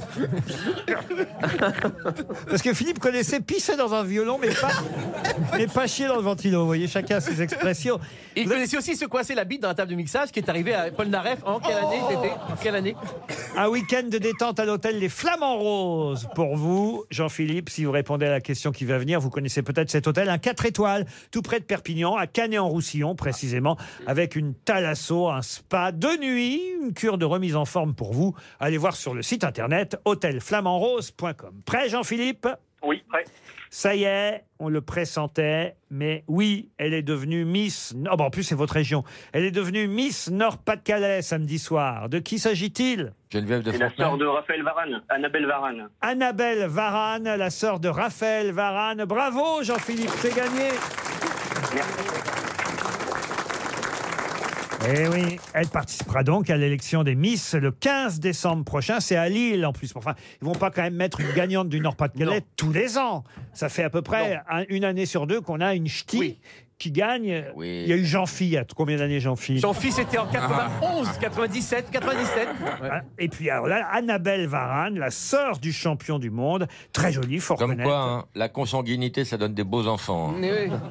Parce que Philippe connaissait pisser dans un violon, mais pas, mais pas chier dans le ventilo. Vous voyez, chacun ses expressions. Il connaissait aussi se coincer la bite dans la table de mixage qui est arrivé à Paul Naref en quelle année c'était En quelle année Un week-end de détente à l'hôtel Les Flamands Roses pour vous, Jean-Philippe. Si vous répondez à la question qui va venir, vous connaissez peut-être cet hôtel, un quatre étoiles, tout près de Perpignan, à Canet-en-Roussillon précisément, avec une thalasso, un spa de nuit, une cure de remise en forme pour vous. Allez voir sur le site internet hôtel flamand rose point com. Prêt, Jean-Philippe? Oui, prêt. Ça y est, on le pressentait, mais oui, elle est devenue Miss... Oh, bah en plus, c'est votre région. Elle est devenue Miss Nord-Pas-de-Calais samedi soir. De qui s'agit-il? Geneviève de C'est la Fontenay. sœur de Raphaël Varane, Annabelle Varane. Annabelle Varane, la sœur de Raphaël Varane. Bravo, Jean-Philippe, c'est gagné. Eh oui, elle participera donc à l'élection des Miss le quinze décembre prochain. C'est à Lille en plus. Enfin, ils vont pas quand même mettre une gagnante du Nord-Pas-de-Calais tous les ans. Ça fait à peu près un- une année sur deux qu'on a une ch'ti Oui. qui gagne. Oui. Il y a eu Jean-Phi. Il y a combien d'années Jean-Phi? Jean-Phi, c'était en quatre-vingt-onze, quatre-vingt-dix-sept, quatre-vingt-dix-sept. Ouais. Ah, Et puis alors là, Annabelle Varane, la sœur du champion du monde, très jolie, faut Comme reconnaître. quoi, hein, la consanguinité, ça donne des beaux enfants. hein. Mais oui.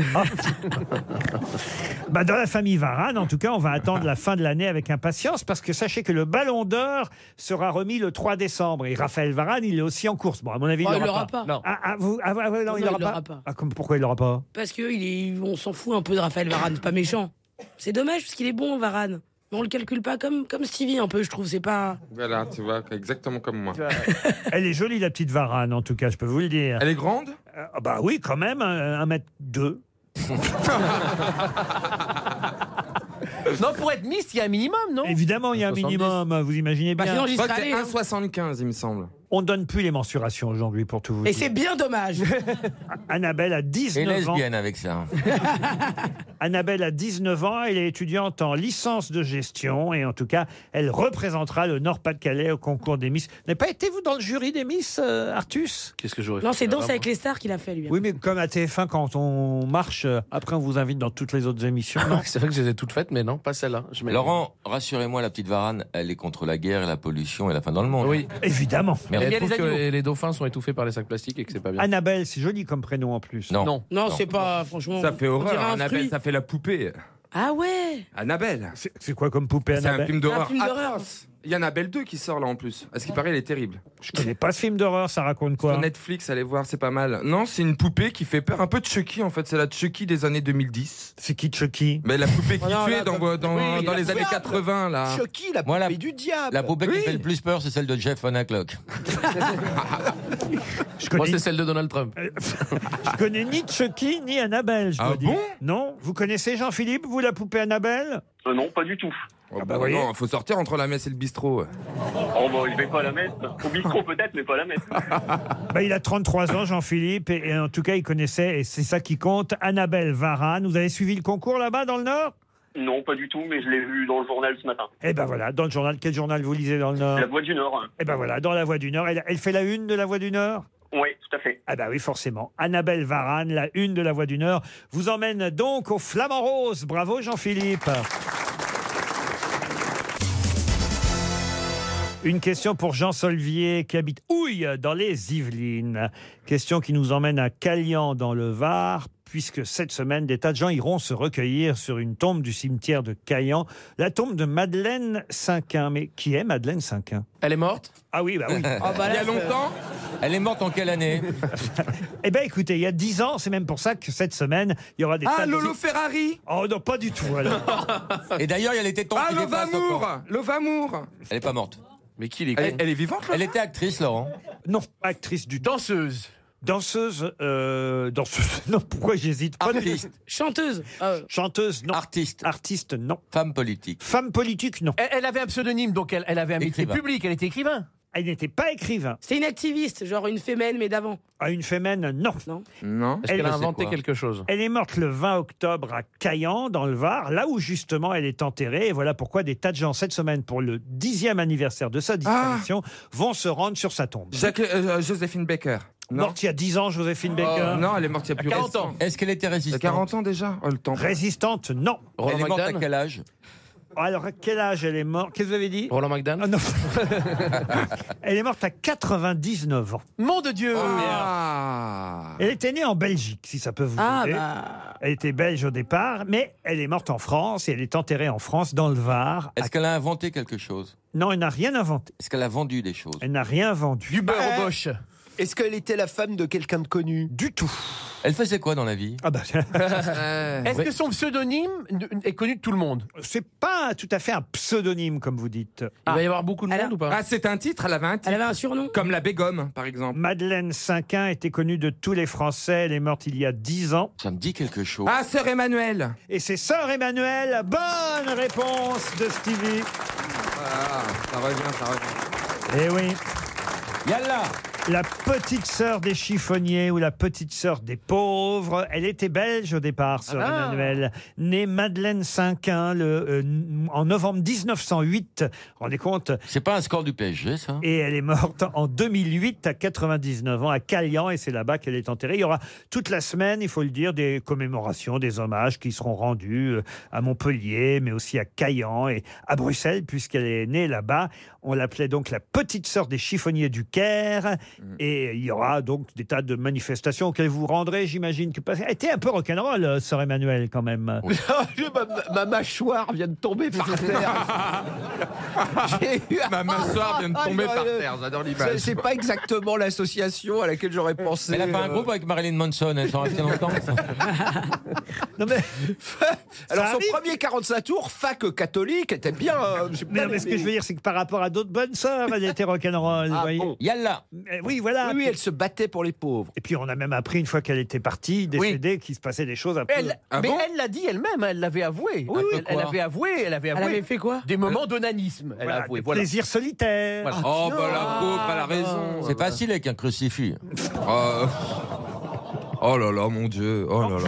Bah, dans la famille Varane, en tout cas, on va attendre la fin de l'année avec impatience parce que sachez que le Ballon d'Or sera remis le trois décembre et Raphaël Varane, il est aussi en course. Bon, à mon avis, Oh, il il l'aura l'aura pas. pas. Non. Ah, ah, vous, ah, ah, ouais, non, Non, il il l'aura l'aura pas. pas. Ah, comme, pourquoi il l'aura pas? Parce que il est... on s'en fout un peu de Raphaël Varane, c'est pas méchant. C'est dommage parce qu'il est bon, Varane. Mais on le calcule pas comme, comme Stevie un peu, je trouve. C'est pas. Voilà, tu vois, exactement comme moi. Elle est jolie, la petite Varane, en tout cas, je peux vous le dire. Elle est grande? Euh, ah bah oui, quand même, un, un mètre deux. Non, pour être Miss, il y a un minimum, non? Évidemment, il y a un soixante-dix. minimum, vous imaginez Bah, bien. sinon, j'y Je crois serais que c'est allé. un hein. soixante-quinze, il me semble. On donne plus les mensurations aujourd'hui, pour tout vous Et dire. c'est bien dommage. Annabelle a Et dix-neuf ans. lesbienne avec ça. Annabelle a dix-neuf ans, elle est étudiante en licence de gestion et en tout cas, elle représentera le Nord-Pas-de-Calais au concours des Miss. Vous n'avez pas été, vous, dans le jury des Miss, euh, Artus? Qu'est-ce que j'aurais Non, fait c'est là, Danse moi avec les stars qu'il a fait, lui. Oui, mais comme à T F un, quand on marche, euh, après on vous invite dans toutes les autres émissions. Non. C'est vrai que je les ai toutes faites, mais non, pas celle-là. Je mets- Laurent, rassurez-moi, la petite Varane, elle est contre la guerre, la pollution et la fin dans le monde. Oui. Évidemment. Mais Et elle Il y a trouve les que animaux. les, les dauphins sont étouffés par les sacs plastiques et que c'est pas bien. Annabelle, c'est joli comme prénom en plus. non. Non. Non, c'est pas, franchement. Ça fait on dirait horreur. un Annabelle, fruit. ça fait la poupée. Ah ouais. Annabelle. C'est c'est quoi comme poupée, C'est un Annabelle? film C'est un d'horreur. film d'horreur. atroce. Il y a Annabelle deux qui sort là en plus. À ce qui paraît, elle est terrible. Je connais pas ce film d'horreur, ça raconte quoi? Sur Netflix, allez voir, c'est pas mal. Non, c'est une poupée qui fait peur. Un peu de Chucky en fait. C'est la Chucky des années deux mille dix. C'est qui Chucky? Mais la poupée qui Oh non, tuait là, dans, comme- dans, Oui, dans la les années diable. quatre-vingts là. Chucky, la Moi, la- poupée du diable. La poupée Oui. qui fait le plus peur, c'est celle de Jeff Van Clock. Je Moi, connais, c'est celle de Donald Trump. je connais ni Chucky ni Annabelle, je Ah dois dire. bon Non? Vous connaissez Jean-Philippe, vous, la poupée Annabelle? Euh, non, pas du tout. Oh, bah, bah, voyez. non, faut sortir entre la messe et le bistrot. Oh, bah, je vais pas la mettre. Au bistrot peut-être, mais pas la mettre. Bah, il a trente-trois ans, Jean-Philippe, et, et en tout cas, il connaissait, et c'est ça qui compte, Annabelle Varane. Vous avez suivi le concours là-bas, dans le Nord? Non, pas du tout, mais je l'ai vu dans le journal ce matin. Eh ben voilà, dans le journal. Quel journal vous lisez dans le Nord? La Voix du Nord. hein. Eh ben voilà, dans La Voix du Nord. Elle, elle fait la une de La Voix du Nord? Oui, tout à fait. Ah bah oui, forcément. Annabelle Varane, la une de La Voix du Nord, vous emmène donc au Flamand Rose. Bravo, Jean-Philippe. Une question pour Jean Solvier qui habite Houille dans les Yvelines. Question qui nous emmène à Calian dans le Var, puisque cette semaine, des tas de gens iront se recueillir sur une tombe du cimetière de Caillan, la tombe de Madeleine Cinquin. Mais qui est Madeleine Cinquin? Elle est morte? Ah oui, bah oui. Ah bah Il y là, a longtemps. Elle est morte en quelle année? Eh bien, écoutez, il y a dix ans, c'est même pour ça que cette semaine, il y aura des Ah, tas de... Lolo Ferrari. Oh non, pas du tout, alors. Et d'ailleurs, il y a les tétons Ah, qui dépassent encore. Lovamour. Lovamour. Elle est pas morte. Mais qui les Elle, elle est vivante, là Elle était actrice, Laurent. Non, pas actrice du tout. Danseuse. Danseuse, euh, danseuse, non, pourquoi j'hésite pas? Artiste. Chanteuse. Euh, Chanteuse, non. Artiste. Artiste, non. Femme politique. Femme politique, non. Elle, elle avait un pseudonyme, donc elle, elle avait un métier Écrivain. public, elle était écrivain. Elle n'était pas écrivain. C'était une activiste, genre une fémène, mais d'avant. À une fémène, non. Non. Non. Est-ce Elle- qu'elle a c'est inventé quoi quelque chose? Elle est morte le vingt octobre à Caillan, dans le Var, là où justement elle est enterrée. Et voilà pourquoi des tas de gens, cette semaine, pour le dixième anniversaire de sa disparition, vont se rendre sur sa tombe. Jacques, euh, Joséphine Baker. Non. Morte il y a dix ans, Joséphine Oh, Baker. non, elle est morte il y a plus quarante récent. ans. Est-ce qu'elle était Il y a résistante? quarante ans déjà. Oh, le temps. Résistante, non. Roland Elle est morte à McDan quel âge? Alors, à quel âge elle est morte? Qu'est-ce que vous avez dit? Roland McDan Ah non. Elle est morte à quatre-vingt-dix-neuf ans. Mon de Dieu. Ah. Elle était née en Belgique, si ça peut vous Ah, aider. bah. Elle était belge au départ, mais elle est morte en France et elle est enterrée en France, dans le Var. Est-ce qu'elle a inventé quelque chose? Non, elle n'a rien inventé. Est-ce qu'elle a vendu des choses? Elle n'a rien vendu. Du beurre Bah, au Bosch. Est-ce qu'elle était la femme de quelqu'un de connu? Du tout. Elle faisait quoi dans la vie? Ah bah, Euh, Est-ce que son pseudonyme est connu de tout le monde? c'est pas tout à fait un pseudonyme, comme vous dites. Il va y avoir beaucoup de Elle a- monde ou pas? Ah, c'est un titre, elle avait un titre. Elle avait un surnom. Comme la Bégomme, par exemple. Madeleine Cinquin était connue de tous les Français. Elle est morte il y a dix ans. Ça me dit quelque chose. Ah, Sœur Emmanuel. Et c'est Sœur Emmanuel. Bonne réponse de Stevie. Ah, ça revient, ça revient. Eh oui. Yalla. La petite sœur des chiffonniers ou la petite sœur des pauvres. Elle était belge au départ, Sœur Ah. Emmanuel. Née Madeleine Cinquin le, euh, en novembre dix-neuf cent huit. Rendez compte. C'est pas un score du P S G, ça? Et elle est morte en deux mille huit à quatre-vingt-dix-neuf ans à Caillan et c'est là-bas qu'elle est enterrée. Il y aura toute la semaine, il faut le dire, des commémorations, des hommages qui seront rendus euh, à Montpellier, mais aussi à Caillan et à Bruxelles puisqu'elle est née là-bas. On l'appelait donc la petite sœur des chiffonniers du Caire. Et il y aura donc des tas de manifestations auxquelles vous rendrez, j'imagine. que parce qu'elle était un peu rock'n'roll, euh, Sœur Emmanuel, quand même. ma, ma mâchoire vient de tomber par terre. J'ai eu- Ma mâchoire vient de tomber Ah, par euh, terre, j'adore c'est- l'image. C'est pas exactement l'association à laquelle j'aurais pensé. Elle a fait un euh. groupe avec Marilyn Manson, elle s'en restait longtemps. Non, mais, Alors Ça son arrive. premier quarante-cinq tours, fac catholique, était bien. euh, j'ai mais, pas non, mais ce que aimé. je veux dire, c'est que par rapport à d'autres bonnes sœurs, elle était rock'n'roll. vous Ah voyez. bon. Yalla. Eh Oui, voilà. Oui, oui, elle se battait pour les pauvres. Et puis on a même appris une fois qu'elle était partie, décédée, qu'il se passait des choses un peu. Elle, Ah mais bon elle l'a dit elle-même, elle l'avait avoué. Oui, oui. elle, elle Quoi avait avoué, elle avait Elle avoué. avait fait quoi? Des moments d'onanisme, elle a Voilà, avoué. des Voilà. plaisirs solitaires. Voilà. Oh, bah la pauvre, elle a raison. C'est facile avec un crucifix. Oh, oh là là, mon Dieu. Oh là là.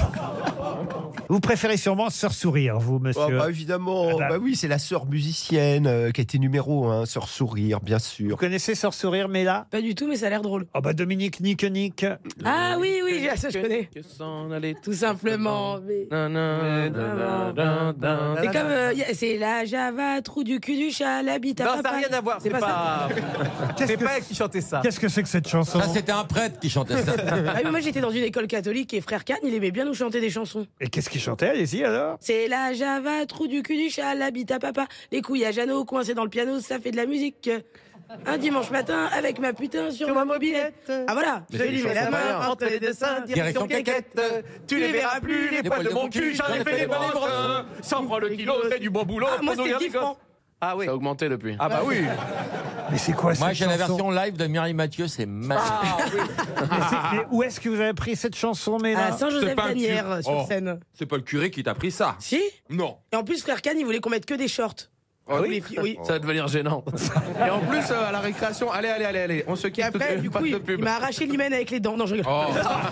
Vous préférez sûrement Sœur Sourire, vous, Ah, monsieur. bah évidemment, Ah bah. bah oui, c'est la sœur musicienne euh, qui a été numéro un, sœur Sourire, bien Vous sûr. connaissez Sœur Sourire, mais là Pas du tout, mais ça a l'air drôle. Oh bah Dominique Nick Nick. Ah oui, oui, ça je connais. Que s'en aller Tout simplement. mais- Na, na, na, na, na, na. C'est comme. euh, y a- c'est la Java, trou du cul du chat, l'habit à Non, ça papa. n'a rien à voir, c'est pas, pas. Qu'est-ce C'est que- pas elle qui chantait ça. Qu'est-ce que c'est que cette chanson? Ça, c'était un prêtre qui chantait ça. ça. Ah, mais moi j'étais dans une école catholique et frère Kahn, il aimait bien nous chanter des chansons. Et qu'est-ce qu'il chantait? Allez-y alors. C'est la Java, trou du cul du chat, l'habit à papa. Les couilles à Jeannot, coincées dans le piano, ça fait de la musique. Un dimanche matin, avec ma putain sur, ma mobilette. Ah voilà, je Mais lui c'est mets la une main chanson entre les deux seins, direction Direction caquette. Tu les verras plus, les poils de mon cul, j'en ai fait des bonnes brosses. cent francs le kilo, c'est du bon boulot. Ah, moi pour c'était nourrir dix les gosses. francs. Ah oui. Ça a augmenté depuis. Ah bah oui. Mais c'est quoi Moi, cette j'ai la chanson? version live de Mireille Mathieu, c'est magnifique. Ah oui. Mais, c'est- mais où est-ce que vous avez pris cette chanson, mais À là Saint-Joseph pas un d'Anières cul. sur Oh. scène. C'est pas le curé qui t'a pris ça. Si? Non. Et en plus, frère Kahn, il voulait qu'on mette que des shorts. Ah Tous oui les filles- oui. Ça va devenir gênant. Et en plus, euh, à la récréation, allez, allez, allez, allez, on se Et quitte. après, du pas coup, de il, pub. il m'a arraché l'hymen avec les dents. Non, je rigole. Oh.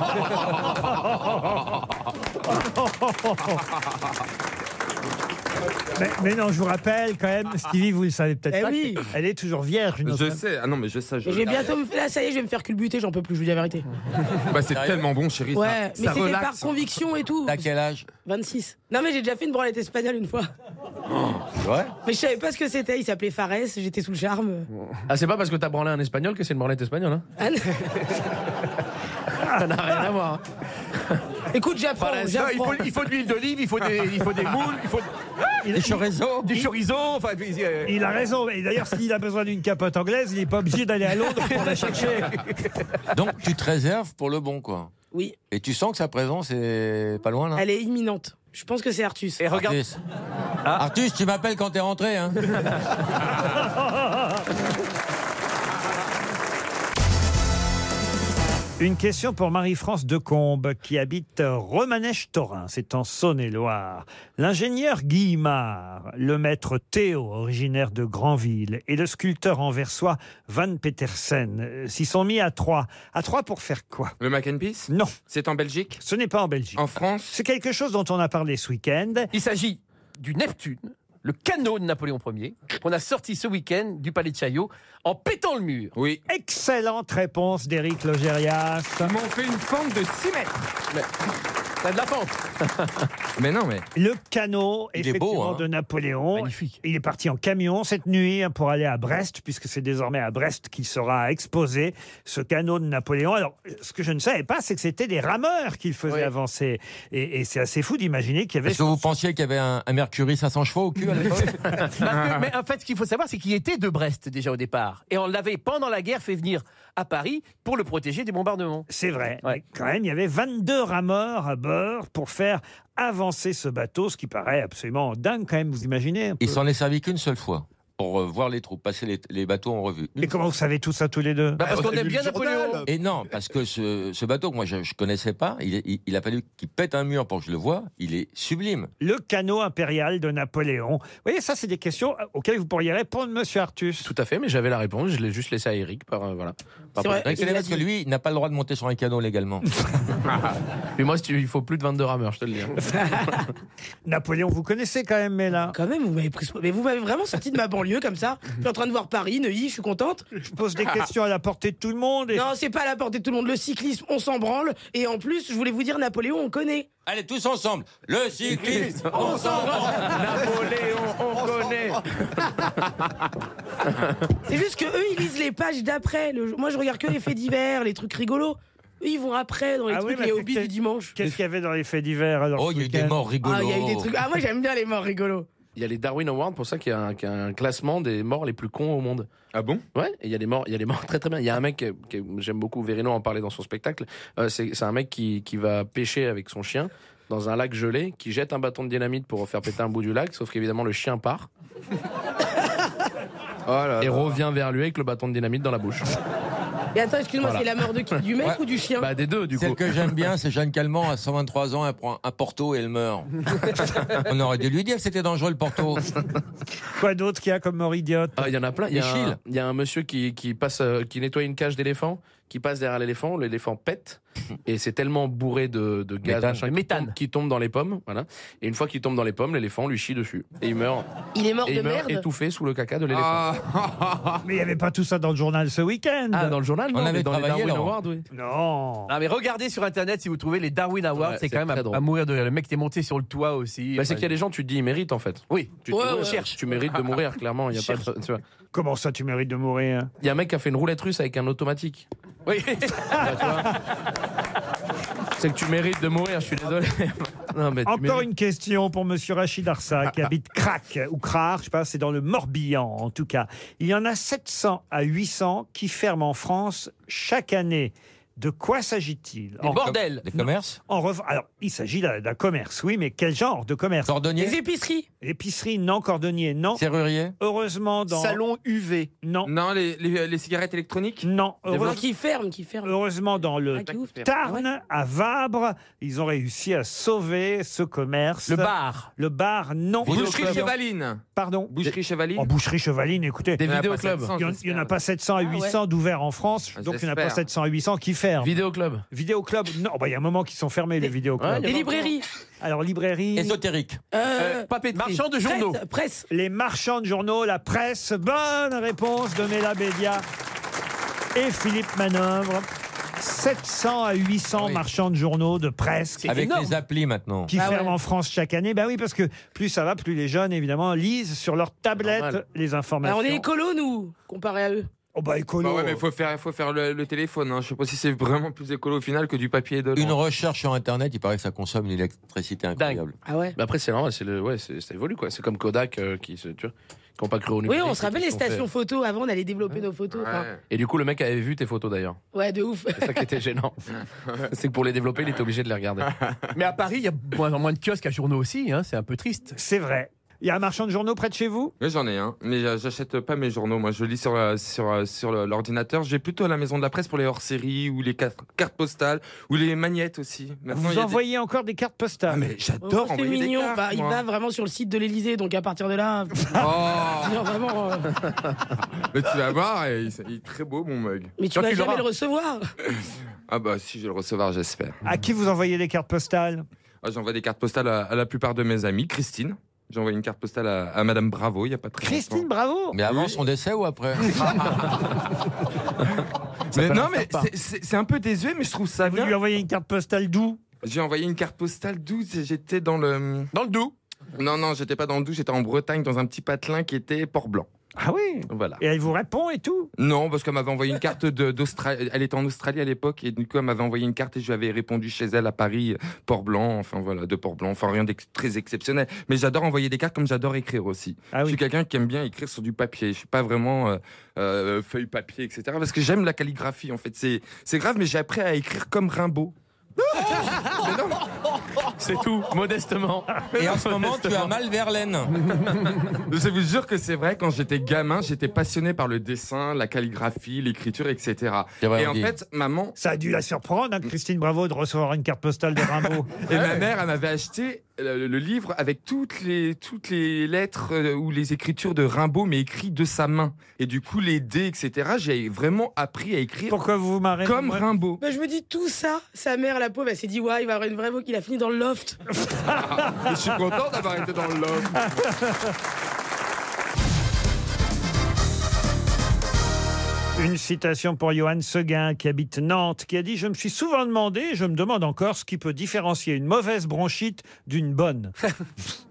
mais, mais non, je vous rappelle quand même, Stevie, vous le savez peut-être Eh pas, oui. elle est toujours vierge. notre- Je sais. Ah non, mais je sais. Je... Et je vais bientôt me faire. Là, ça y est, je vais me faire culbuter, j'en peux plus, je vous dis la vérité. Bah, c'est tellement bon, chérie. Ouais, ça, mais ça c'était par relaxe. conviction et tout. T'as quel âge? vingt-six. Non, mais j'ai déjà fait une branlette espagnole une fois. Ouais. Mais je savais pas ce que c'était. Il s'appelait Fares, j'étais sous le charme. Ah, c'est pas parce que t'as branlé un espagnol que c'est une branlette espagnole, hein. Ah, non. Ça n'a rien à voir. hein. Écoute, j'apprends. Voilà, ça, il, j'apprends. faut, il faut de l'huile d'olive, il faut des, il faut des moules, il faut Il, Des chorizo. du chorizo. Enfin, puis, euh, il a raison. Et d'ailleurs, s'il a besoin d'une capote anglaise, il n'est pas obligé d'aller à Londres pour la chercher. Donc, tu te réserves pour le bon, quoi. Oui, Et tu sens que sa présence est pas loin, là? elle est imminente. Je pense que c'est Artus. Et regarde. Artus, Artus, tu m'appelles quand t'es rentré, hein? Une question pour Marie-France Decombe qui habite Romanèche-Torin, c'est en Saône-et-Loire. L'ingénieur Guillemard, le maître Théo, originaire de Granville, et le sculpteur anversois Van Petersen euh, s'y sont mis à trois. À trois pour faire quoi? Le Mac and Peace? Non. C'est en Belgique? Ce n'est pas en Belgique. En France? C'est quelque chose dont on a parlé ce week-end. Il s'agit du Neptune, le canot de Napoléon Ier, qu'on a sorti ce week-end du palais de Chaillot en pétant le mur. Oui. Excellente réponse d'Éric Logérias. Ils m'ont fait une fente de six mètres. Mais, t'as de la fente. Mais non, mais... Le canot, Il est effectivement, beau, hein. de Napoléon. Magnifique. Il est parti en camion cette nuit hein, pour aller à Brest, puisque c'est désormais à Brest qu'il sera exposé, ce canot de Napoléon. Alors, ce que je ne savais pas, c'est que c'était des rameurs qu'il faisait Oui. avancer. Et, et c'est assez fou d'imaginer qu'il y avait... Est-ce que vous pensiez qu'il y avait un, un Mercury cinq cents chevaux au cul à l'époque? Parce que- mais en fait, ce qu'il faut savoir, c'est qu'il était de Brest déjà au départ. Et on l'avait, pendant la guerre, fait venir à Paris pour le protéger des bombardements. C'est vrai. Ouais. Mais quand même, il y avait vingt-deux rameurs à bord pour faire avancer ce bateau, ce qui paraît absolument dingue quand même, vous imaginez un peu. Il s'en est servi qu'une seule fois pour euh, voir les troupes, passer les, les bateaux en revue. Mais comment vous savez tout ça tous les deux? Bah, parce on qu'on a aime lu bien le journal. Napoléon. Et non, parce que ce, ce bateau que moi je, ne connaissais pas, il, il, il a fallu qu'il pète un mur pour que je le voie. Il est sublime. Le canot impérial de Napoléon. Vous voyez, ça, c'est des questions auxquelles vous pourriez répondre, monsieur Artus. Tout à fait, mais j'avais la réponse, je l'ai juste laissé à Eric. Par, euh, voilà. Par C'est vrai. Donc, il l'a parce que dit. lui, il n'a pas le droit de monter sur un canot légalement. Puis moi, si tu- il faut plus de vingt-deux rameurs, je te le dis. hein. Napoléon, vous connaissez quand même, mais là. Quand même, vous m'avez pris... Mais vous m'avez vraiment sorti de ma banlieue comme ça. Je suis en train de voir Paris, Neuilly, je suis contente. Je pose des questions à la portée de tout le monde. Et... Non, c'est pas à la portée de tout le monde. Le cyclisme, on s'en branle. Et en plus, je voulais vous dire, Napoléon, on connaît. Allez, tous ensemble. Le cyclisme, on s'en va. Napoléon, on connaît. C'est juste que eux, ils lisent les pages d'après. Le- Moi, je regarde que les faits divers, les trucs rigolos. Eux, ils vont après dans les Ah oui, trucs, mais les c'est hobbies que- du dimanche. Qu'est-ce qu'il y avait dans les faits divers alors Oh, ce il y a eu des week-end morts rigolos. Ah, il y a eu des trucs. Ah, moi, j'aime bien les morts rigolos. Il y a les Darwin Awards, pour ça qu'il y, a un- qu'il y a un classement des morts les plus cons au monde. Ah bon? Ouais, et il y a des morts, il y a des morts très très bien. Il y a un mec, que, que j'aime beaucoup, Verino en parlait dans son spectacle, euh, c'est c'est un mec qui, qui va pêcher avec son chien dans un lac gelé, qui jette un bâton de dynamite pour faire péter un bout du lac, sauf qu'évidemment le chien part Oh là et là. revient vers lui avec le bâton de dynamite dans la bouche. Et attends, excuse-moi, Voilà. c'est la mort de qui? Du mec Ouais. ou du chien? Bah des deux du Celle coup. que j'aime bien, c'est Jeanne Calment, à cent vingt-trois ans, elle prend un Porto et elle meurt. On aurait dû lui dire que c'était dangereux le Porto. Quoi d'autre qu'il y a comme mort idiote? Ah, il y en a plein. Il y, a Échille. un- il y a un monsieur qui, qui passe, euh, qui nettoie une cage d'éléphant, qui passe derrière l'éléphant, l'éléphant pète, et c'est tellement bourré de, de gaz, Méthane. machin, De qui méthane. tombe- qui tombe dans les pommes, voilà. Et une fois qu'il tombe dans les pommes, l'éléphant lui chie dessus. Et il meurt, Il est mort et de il meurt merde. étouffé sous le caca de l'éléphant. Ah. Mais il n'y avait pas tout ça dans le journal ce week-end. Ah, dans le journal, On non, avait mais dans les travaillé, Darwin Laurent. Awards, oui. Non. Ah, mais regardez sur internet si vous trouvez les Darwin Awards, Ouais, c'est c'est quand même très à, drôle. à mourir de rire. Le mec qui est monté sur le toit aussi. Bah, c'est qu'il y a des gens, tu te dis, ils méritent en fait. Oui, Tu te Ouais, dis, ouais. cherche, tu mérites de mourir, clairement. Il y a pas de- tu vois. Comment ça, tu mérites de mourir? Il y a un mec qui a fait une roulette russe avec un automatique. oui. Bah, tu vois. C'est que tu mérites de mourir, je suis désolé. Non, mais tu Encore mérites. une question pour monsieur Rachid Arsa, qui habite Crac, ou Crar, je sais pas, c'est dans le Morbihan en tout cas. Il y en a sept cents à huit cents qui ferment en France chaque année. De quoi s'agit-il? Des En- bordels. Des commerces? En revanche, alors, il s'agit d'un d'un commerce, oui, mais quel genre de commerce? Cordonniers? Les épiceries. Épicerie, non. Cordonnier, non. Serruriers? Heureusement, dans... Salon U V. Non. Non, les, les, les cigarettes électroniques? Non. Des Heureusement, Enfin, qui ferment, qui ferment. heureusement, dans le Ah, qui ouvre. Tarn, à Vabre, ils ont réussi à sauver ce commerce. Le bar. Le bar, non. Boucherie Chevaline. Pardon. Boucherie Chevaline. En boucherie Chevaline, écoutez. Des Il y en a pas vidéoclubs. sept cents, Il n'y en, a pas sept cents à Ah huit cents ouais. d'ouverts en France, Ah, donc il n'y en a pas j'espère. sept cents à huit cents qui ferment. Vidéoclub. Vidéoclub, non, bah, il y a un moment qui sont fermés, les vidéoclubs. Ouais, il y a Les librairies. Alors, librairie, Ésotérique. Euh, Papeterie. Marchand de journaux. presse, presse. les marchands de journaux, la presse. Bonne réponse de Mela Bédia et Philippe Manœuvre. sept cents à huit cents Oui. marchands de journaux, de presse, qui, Avec énorme. les applis maintenant. qui Ah ouais. ferment en France chaque année. Ben oui, parce que plus ça va, plus les jeunes, évidemment, lisent sur leur tablette Normal. les informations. Alors, on est écolo, nous, comparé à eux. Oh bah écolo. Bah ouais, mais il faut faire, faut faire le, le téléphone. Hein. Je sais pas si c'est vraiment plus écolo au final que du papier et de Une l'encre. recherche sur Internet, il paraît que ça consomme une électricité incroyable. Ah ouais. Mais après, c'est normal, c'est le, ouais, c'est, ça évolue quoi. C'est comme Kodak euh, qui, se, tu vois, qui ont pas cru au Oui, numérique. on se rappelle et les qui se sont stations fait- photos. Avant, on allait développer nos photos. enfin. Ouais. Et du coup, le mec avait vu tes photos d'ailleurs. Ouais, de ouf. C'est ça qui était gênant. C'est que pour les développer, il était obligé de les regarder. Mais à Paris, il y a moins en moins de kiosques à journaux aussi, hein, c'est un peu triste. C'est vrai. Il y a un marchand de journaux près de chez vous? Oui, j'en ai un, mais euh, j'achète pas mes journaux. Moi, je lis sur, euh, sur, euh, sur le- l'ordinateur. J'ai plutôt la maison de la presse pour les hors-séries ou les cartes, cartes postales ou les magnettes aussi. Maintenant, il Vous y a des- envoyez encore des cartes postales? Ah, mais Oh, j'adore c'est envoyer des mignon. cartes, Bah, il moi. va vraiment sur le site de l'Elysée, donc à partir de là. Oh. Vraiment, euh, Mais tu vas voir, il, il est très beau mon mug. Mais tu vas jamais le recevoir. Ah bah si, je vais le recevoir, j'espère. À qui vous envoyez des cartes postales? Ah, j'envoie des cartes postales à, à la plupart de mes amis. Christine, j'ai envoyé une carte postale à, à Madame Bravo il y a pas très Christine longtemps. Bravo. Mais avant son décès ou après? Mais peut non, leur mais faire part. c'est- c'est c'est un peu désuet, mais je trouve ça Vous bien. lui envoyez une carte postale d'où? J'ai envoyé une carte postale d'où? J'étais dans le... Dans le Doubs? Non, non, j'étais pas dans le Doubs, j'étais en Bretagne, dans un petit patelin qui était Port-Blanc. Ah oui. Voilà. Et elle vous répond et tout? Non, parce qu'elle m'avait envoyé une carte de- d'Australie. Elle était en Australie à l'époque, et du coup, elle m'avait envoyé une carte et je lui avais répondu chez elle à Paris, Port-Blanc, enfin voilà, de Port-Blanc. Enfin, rien de très exceptionnel. Mais j'adore envoyer des cartes comme j'adore écrire aussi. Ah Je suis quelqu'un qui aime bien écrire sur du papier. Je suis pas vraiment euh, euh, feuille papier, et cetera. Parce que j'aime la calligraphie, en fait. C'est c'est grave, mais j'ai appris à écrire comme Rimbaud. C'est tout, modestement. Et en ce moment, tu as mal Verlaine. Je vous jure que c'est vrai, quand j'étais gamin, j'étais passionné par le dessin, la calligraphie, l'écriture, et cetera. vrai, Et on en dit. fait, maman... Ça a dû la surprendre, hein, Christine Bravo, de recevoir une carte postale de Rimbaud. Et ma mère, elle m'avait acheté le, le livre avec toutes les, toutes les lettres euh, ou les écritures de Rimbaud, mais écrites de sa main. Et du coup, les dés, et cetera. J'ai vraiment appris à écrire Pourquoi vous vous marrez? comme moi Rimbaud. Bah, je me dis tout ça. Sa mère, la pauvre, elle s'est dit, ouais, il va avoir une vraie voix qu'il a fini dans le loft. Je suis content d'avoir été dans le loft. Une citation pour Johan Seguin, qui habite Nantes, qui a dit « Je me suis souvent demandé, et je me demande encore, ce qui peut différencier une mauvaise bronchite d'une bonne. Doris ?»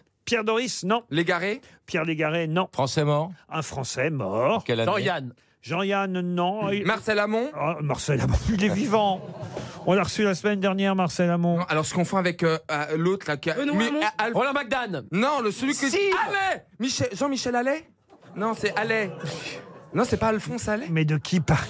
Pierre Doris, non. Légaré Pierre Légaré, non. Français mort? Un Français mort. Quelle année? Jean-Yann. Jean-Yann, non. Il- Marcel Amont Oh, Marcel Amont, il est vivant. On l'a reçu la semaine dernière, Marcel Amont. Non, alors je confonds avec euh, euh, l'autre là qui a... Benoît Mi- Hamon euh, Alf- Roland McDan. Non, le celui que... Si. Allais Michel... Jean-Michel Allais? Non, c'est Allais. Non, c'est pas Alphonse Allais? Mais de qui parle?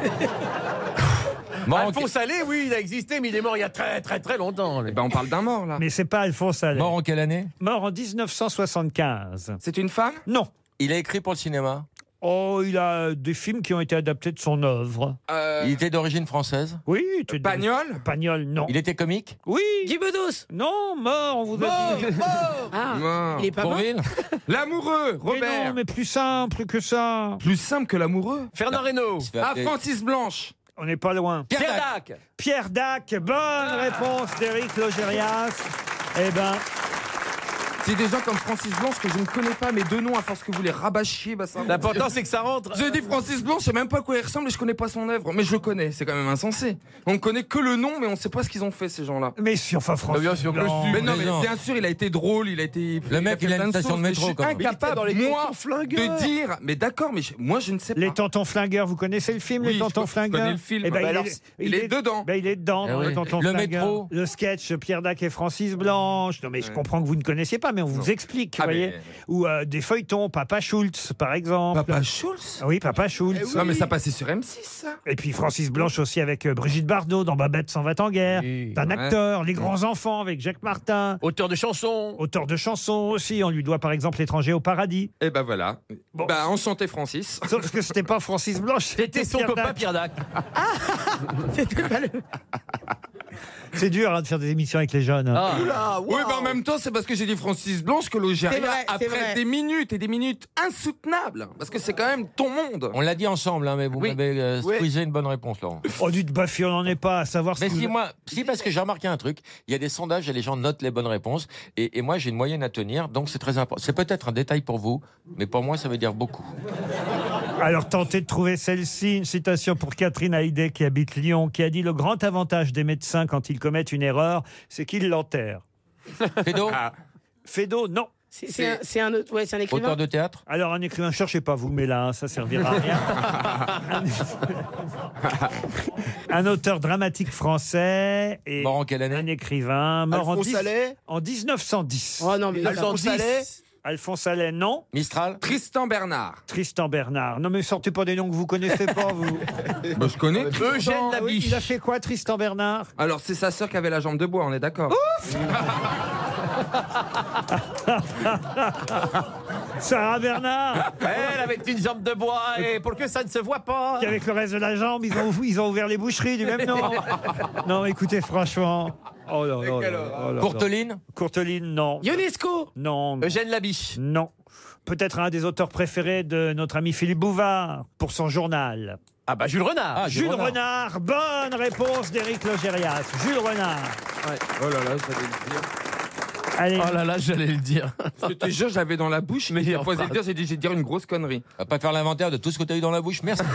Mort en, Alphonse Allais, oui, il a existé, mais il est mort il y a très très très longtemps. lui. Eh ben, on parle d'un mort là. Mais c'est pas Alphonse Allais. mort en quelle année? Mort en dix-neuf cent soixante-quinze. C'est une femme? Non. Il a écrit pour le cinéma. Oh, il a des films qui ont été adaptés de son œuvre. Euh, Il était d'origine française. Oui. tu es- Pagnol? Pagnol, non. Il était comique. Oui. Guy Bedos. Non, mort, on vous a dit. Ah, Mort. il est pas mort. Bourvil. L'amoureux, Mais Robert. non, mais plus simple que ça. Plus simple que l'amoureux. Fernand Reynaud. Il se fait Ah, appeler- Francis Blanche. On n'est pas loin. Pierre Pierre Dac. Dac. Pierre Dac, bonne réponse d'Éric Logérias. Eh ben, C'est des gens comme Francis Blanche que je ne connais pas, mais deux noms à force que vous les rabâchiez, bah ça. L'important, c'est que ça rentre. J'ai dit Francis Blanche, je sais même pas à quoi il ressemble et je connais pas son œuvre. Mais je le connais, c'est quand même insensé. On ne connaît que le nom, mais on ne sait pas ce qu'ils ont fait, ces gens-là. mais si, enfin, François. bien sûr que Blanc. si. Mais non, mais plaisante. bien sûr, il a été drôle, il a été. Le mec, fait il a plein une de station choses, de mais métro, Je suis quand même. incapable, moi, de dire. Mais d'accord, mais je- moi, je ne sais pas. Les Tontons Flingueurs, vous connaissez le film, Oui, Les Tontons je connais Flingueurs? le film. Eh ben, Bah il, alors, est, il est dedans. Ben, il est dedans, Eh dans oui. Les Tontons Le Flingueurs. métro. Le sketch Pierre Dac et Francis Blanche. Non, mais je Ouais. comprends que vous ne connaissiez pas, mais on vous Non. explique, Ah, vous voyez. mais- Ou euh, des feuilletons, Papa Schultz, par exemple. Papa Schulz. Ah oui, Papa Schultz. Non, mais ça passait sur M six, ça. Et puis Francis Blanche aussi avec euh, Brigitte Bardot dans Babette s'en va en guerre. Oui. C'est un Ouais. acteur. Les grands enfants avec Jacques Martin. Auteur de chansons. Auteur de chansons aussi. On lui doit par exemple L'étranger au paradis. Et ben voilà. Bon. Bah, enchanté, Francis. Sauf que c'était pas Francis Blanche, C'était son Pierre copain Dac. Pierre Dac. C'était pas le. C'est dur hein, de faire des émissions avec les jeunes. hein. Ah. Oula, Oui, mais en même temps, c'est parce que j'ai dit Francis Blanche que Logérias, C'est vrai, c'est après vrai. des minutes et des minutes insoutenables, parce que c'est quand même ton monde. On l'a dit ensemble, hein, mais vous Oui. m'avez euh, Oui. squeezé une bonne réponse, Laurent. Oh, dites Baffy, on n'en est pas à savoir Mais ce que si, vous- moi, si, parce que j'ai remarqué un truc. Il y a des sondages et les gens notent les bonnes réponses. Et, et moi, j'ai une moyenne à tenir, donc c'est très important. C'est peut-être un détail pour vous, mais pour moi, ça veut dire beaucoup. Alors, tentez de trouver celle-ci, une citation pour Catherine Haïdé qui habite Lyon, qui a dit « Le grand avantage des médecins quand ils commettent une erreur, c'est qu'ils l'enterrent. Fédo, » Fédo, non. C'est c'est un, c'est un, autre- ouais, c'est un écrivain. auteur de théâtre. Alors, un écrivain, cherchez pas vous, mais là, hein, ça servira à rien. un... un auteur dramatique français et Mort en quelle année? un écrivain mort en, Alphonse dix- Allais en dix-neuf cent dix. Oh non, mais Alphonse Allais Alphonse Allais, non. Mistral. Tristan Bernard. Tristan Bernard. Non, mais sortez pas des noms que vous connaissez pas, vous. Bah, je connais. Eugène Ah oui, Labiche. il a fait quoi, Tristan Bernard? Alors, c'est sa sœur qui avait la jambe de bois, on est d'accord. Sarah Bernard. Elle avait une jambe de bois et pour que ça ne se voit pas. Qui avec le reste de la jambe, ils ont, ils ont ouvert les boucheries du même nom. Non, écoutez, franchement. Oh là là là là là. Courteline. Courteline, non. Ionesco. Non. non. Eugène Labiche. Non. Peut-être un des auteurs préférés de notre ami Philippe Bouvard pour son journal. Ah bah Jules Renard. Ah, Jules, Jules Renard. Renard. Bonne réponse d'Éric Logérias. Jules Renard. Ouais. Oh là là, j'allais le dire. Allez. Oh là là, j'allais le dire. Je te jure, j'avais dans la bouche, mais j'ai posé le dire, j'ai dit, j'ai dire une grosse connerie. On va pas faire l'inventaire de tout ce que tu as eu dans la bouche, merci.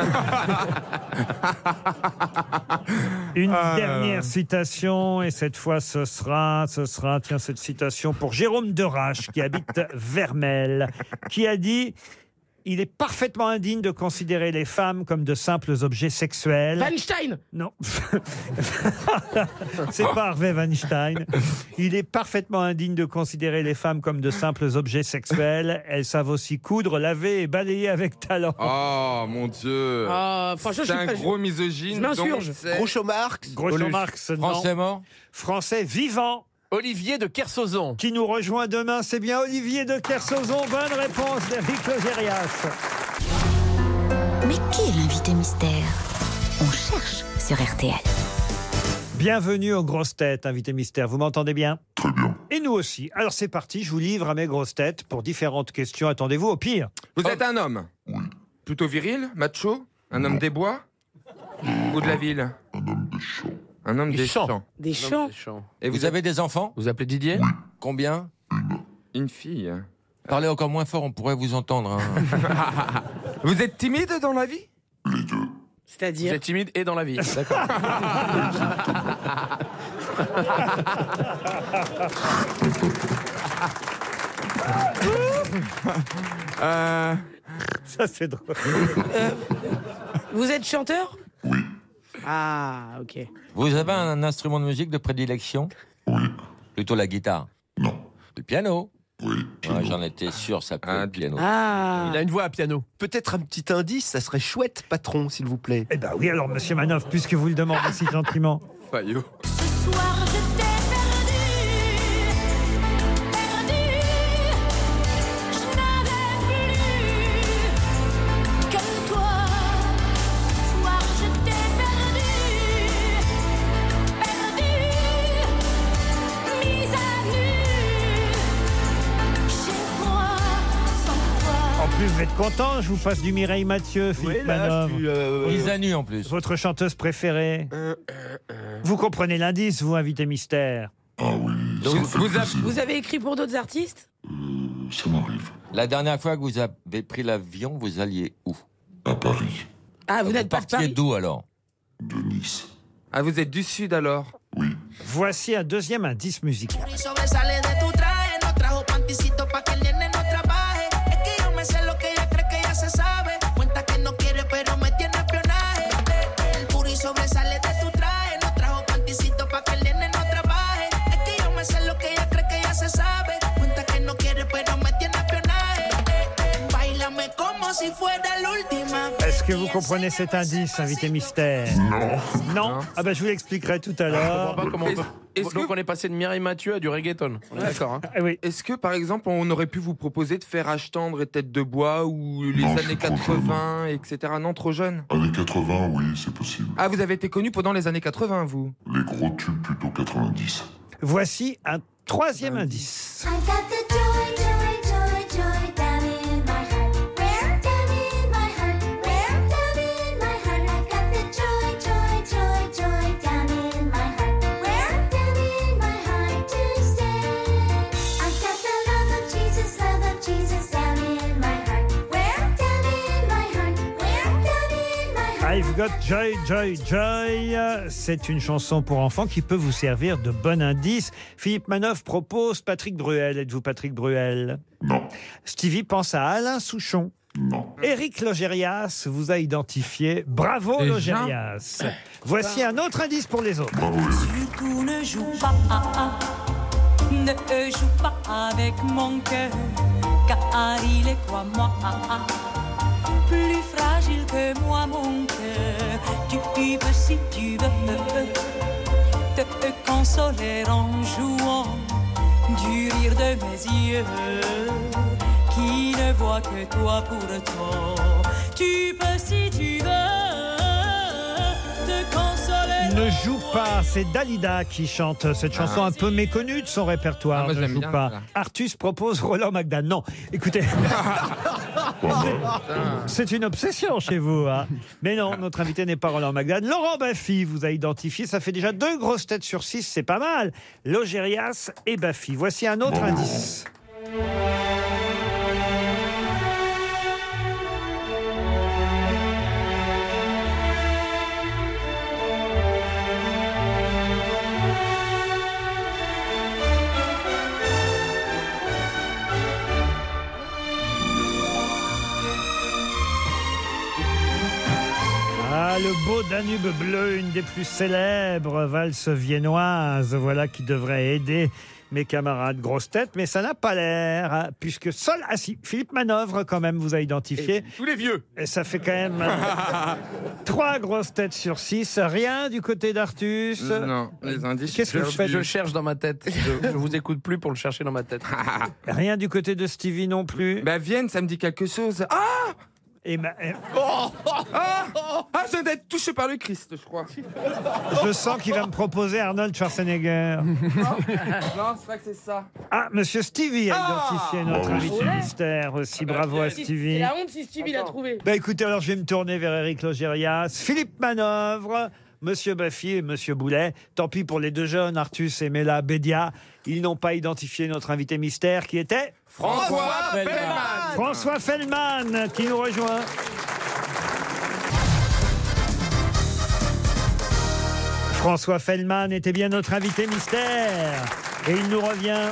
Une ah, dernière citation, et cette fois ce sera, ce sera, tiens, cette citation pour Jérôme Derache, qui habite Vermelles, qui a dit: il est parfaitement indigne de considérer les femmes comme de simples objets sexuels. Weinstein. Non. C'est pas Harvey Weinstein. Il est parfaitement indigne de considérer les femmes comme de simples objets sexuels. Elles savent aussi coudre, laver et balayer avec talent. Oh mon Dieu. Ah, c'est un pas... gros misogyne. Je m'insurge. Groucho Marx. Groucho Marx, non. Français mort. Français vivant. Olivier de Kersauzon. Qui nous rejoint demain, c'est bien Olivier de Kersauzon. Bonne réponse d'Éric Logérias. Mais qui est l'invité mystère? On cherche sur R T L. Bienvenue aux grosses têtes, invité mystère. Vous m'entendez bien? Très bien. Et nous aussi. Alors c'est parti, je vous livre à mes grosses têtes pour différentes questions. Attendez-vous au pire. Vous êtes un homme? Oui. Plutôt viril, macho? Un homme Non. des bois? Ou de la ville? Un homme des champs. Un homme des, des champs. champs. Des champs. Et vous, vous avez des enfants? Vous appelez Didier? Oui. Combien? Une. Une fille. Parlez encore moins fort, on pourrait vous entendre. Hein. Vous êtes timide dans la vie? Les deux. C'est-à-dire? Vous êtes timide et dans la vie. D'accord. euh... Ça c'est drôle. Euh, vous êtes chanteur? Oui. Ah, ok. Vous avez un instrument de musique de prédilection? Oui. Plutôt la guitare? Non. Le piano? Oui. Ouais, j'en étais sûr, ça peut Ah, être piano. Ah. Il a une voix à piano. Peut-être un petit indice, ça serait chouette, patron, s'il vous plaît. Eh ben oui, alors monsieur Manoff, puisque vous le demandez si gentiment. Fayot. Ce soir, je t'ai perdu, perdu. Je n'avais plus que toi. Ce soir, je t'ai perdu, perdu. Mise à nu, chez moi, sans toi. En plus, vous êtes content, je vous passe du Mireille Mathieu, Philippe Oui, là, Manoff. je suis, euh, Mise à nu en plus. Votre chanteuse préférée. Euh, euh, euh. Vous comprenez l'indice, vous, invité mystère? Ah oui. Donc, ça me fait vous, plaisir. Vous avez écrit pour d'autres artistes? Euh, ça m'arrive. La dernière fois que vous avez pris l'avion, vous alliez où? À Paris. Ah, vous n'êtes pas de partiez Paris? d'où alors? De Nice. Ah, vous êtes du sud alors? Oui. Voici un deuxième indice musical. Sobresale de tu traje, no trajo panticito pa que el nene no trabaje. Es que yo me sé lo que ella cree que ya se sabe. Cuenta que no quiere pero me tiene espionaje. El puri sobresale de tu traje, no trajo panticito pa que el nene no trabaje. Es que yo me sé lo que ella cree que ya se sabe. Cuenta que no quiere pero me tiene espionaje. Bailame como si fuera la última. Est-ce que vous comprenez cet indice, invité mystère? Non. Non. Ah ben je vous l'expliquerai tout à Je l'heure. comprends pas comment on peut... Est-ce Donc que- on est passé de Mireille Mathieu à du reggaeton. On est d'accord, hein? Ah oui. Est-ce que, par exemple, on aurait pu vous proposer de faire Âge tendre et Tête de bois ou les Non, je années suis trop quatre-vingts, et cetera. Non, trop jeune. Années quatre-vingts, oui, c'est possible. Ah, vous avez été connu pendant les années quatre-vingts, vous? Les gros tubes, plutôt quatre-vingt-dix. Voici un troisième indice. I got the joy, joy, joy, joy down in my heart. Where? Down in my heart. Where? Down in my heart. I got the joy, joy, joy, joy down in my heart. Where? Down in my heart to stay. I got the love of Jesus, love of Jesus down in my heart. Where? Down in my heart. Where? Down in my heart. I've got joy, joy, joy. C'est une chanson pour enfants qui peut vous servir de bon indice. Philippe Manoff propose Patrick Bruel. Êtes-vous Patrick Bruel? Non. Stevie pense à Alain Souchon. Non. Éric Logérias vous a identifié. Bravo Déjà Logérias. Voici un autre indice pour les autres. Bravo, Eric. Surtout ne joue pas, ne joue pas avec mon cœur, car il est, crois-moi, plus fragile que moi, mon cœur. Tu peux, si tu veux, te consoler en jouant du rire de mes yeux, qui ne voit que toi pourtant. Tu peux si tu veux te consoler. Ne joue pas, c'est Dalida qui chante cette chanson Ah. un peu méconnue de son répertoire. Ah, moi, Ne j'aime joue bien, pas. ça. Artus propose Roland McDan. Non, écoutez. C'est une obsession chez vous. Hein. Mais non, notre invité n'est pas Roland McDan. Laurent Baffy vous a identifié. Ça fait déjà deux grosses têtes sur six, c'est pas mal. Logérias et Baffy. Voici un autre indice. Ah, le beau Danube bleu, une des plus célèbres valses viennoises, voilà qui devrait aider mes camarades grosses têtes, mais ça n'a pas l'air, hein, puisque seul... Ah si, Philippe Manœuvre, quand même, vous a identifié. Tous les vieux. Et ça fait quand même euh, trois grosses têtes sur six. Rien du côté d'Artus. Non, les indices. Qu'est-ce que Je, vous faites je le cherche dans ma tête. Je, je vous écoute plus pour le chercher dans ma tête. Rien du côté de Stevie non plus. Bah, Vienne, ça me dit quelque chose. Ah Et ma- et- Ah, ah, je viens d'être touché par le Christ, je crois. Je sens qu'il va me proposer Arnold Schwarzenegger. Non, c'est pas que c'est ça. Ah, Monsieur Stevie a Ah identifié notre Bravo, invité Stevie. mystère aussi. Bravo à C'est Stevie. la honte si Stevie l'a trouvé. Bah écoutez, alors je vais me tourner vers Éric Logérias, Philippe Manœuvre, Monsieur Baffy et Monsieur Boulet. Tant pis pour les deux jeunes, Artus et Mela Bédia. Ils n'ont pas identifié notre invité mystère qui était François Fellman. François Fellman qui nous rejoint. François Fellman était bien notre invité mystère. Et il nous revient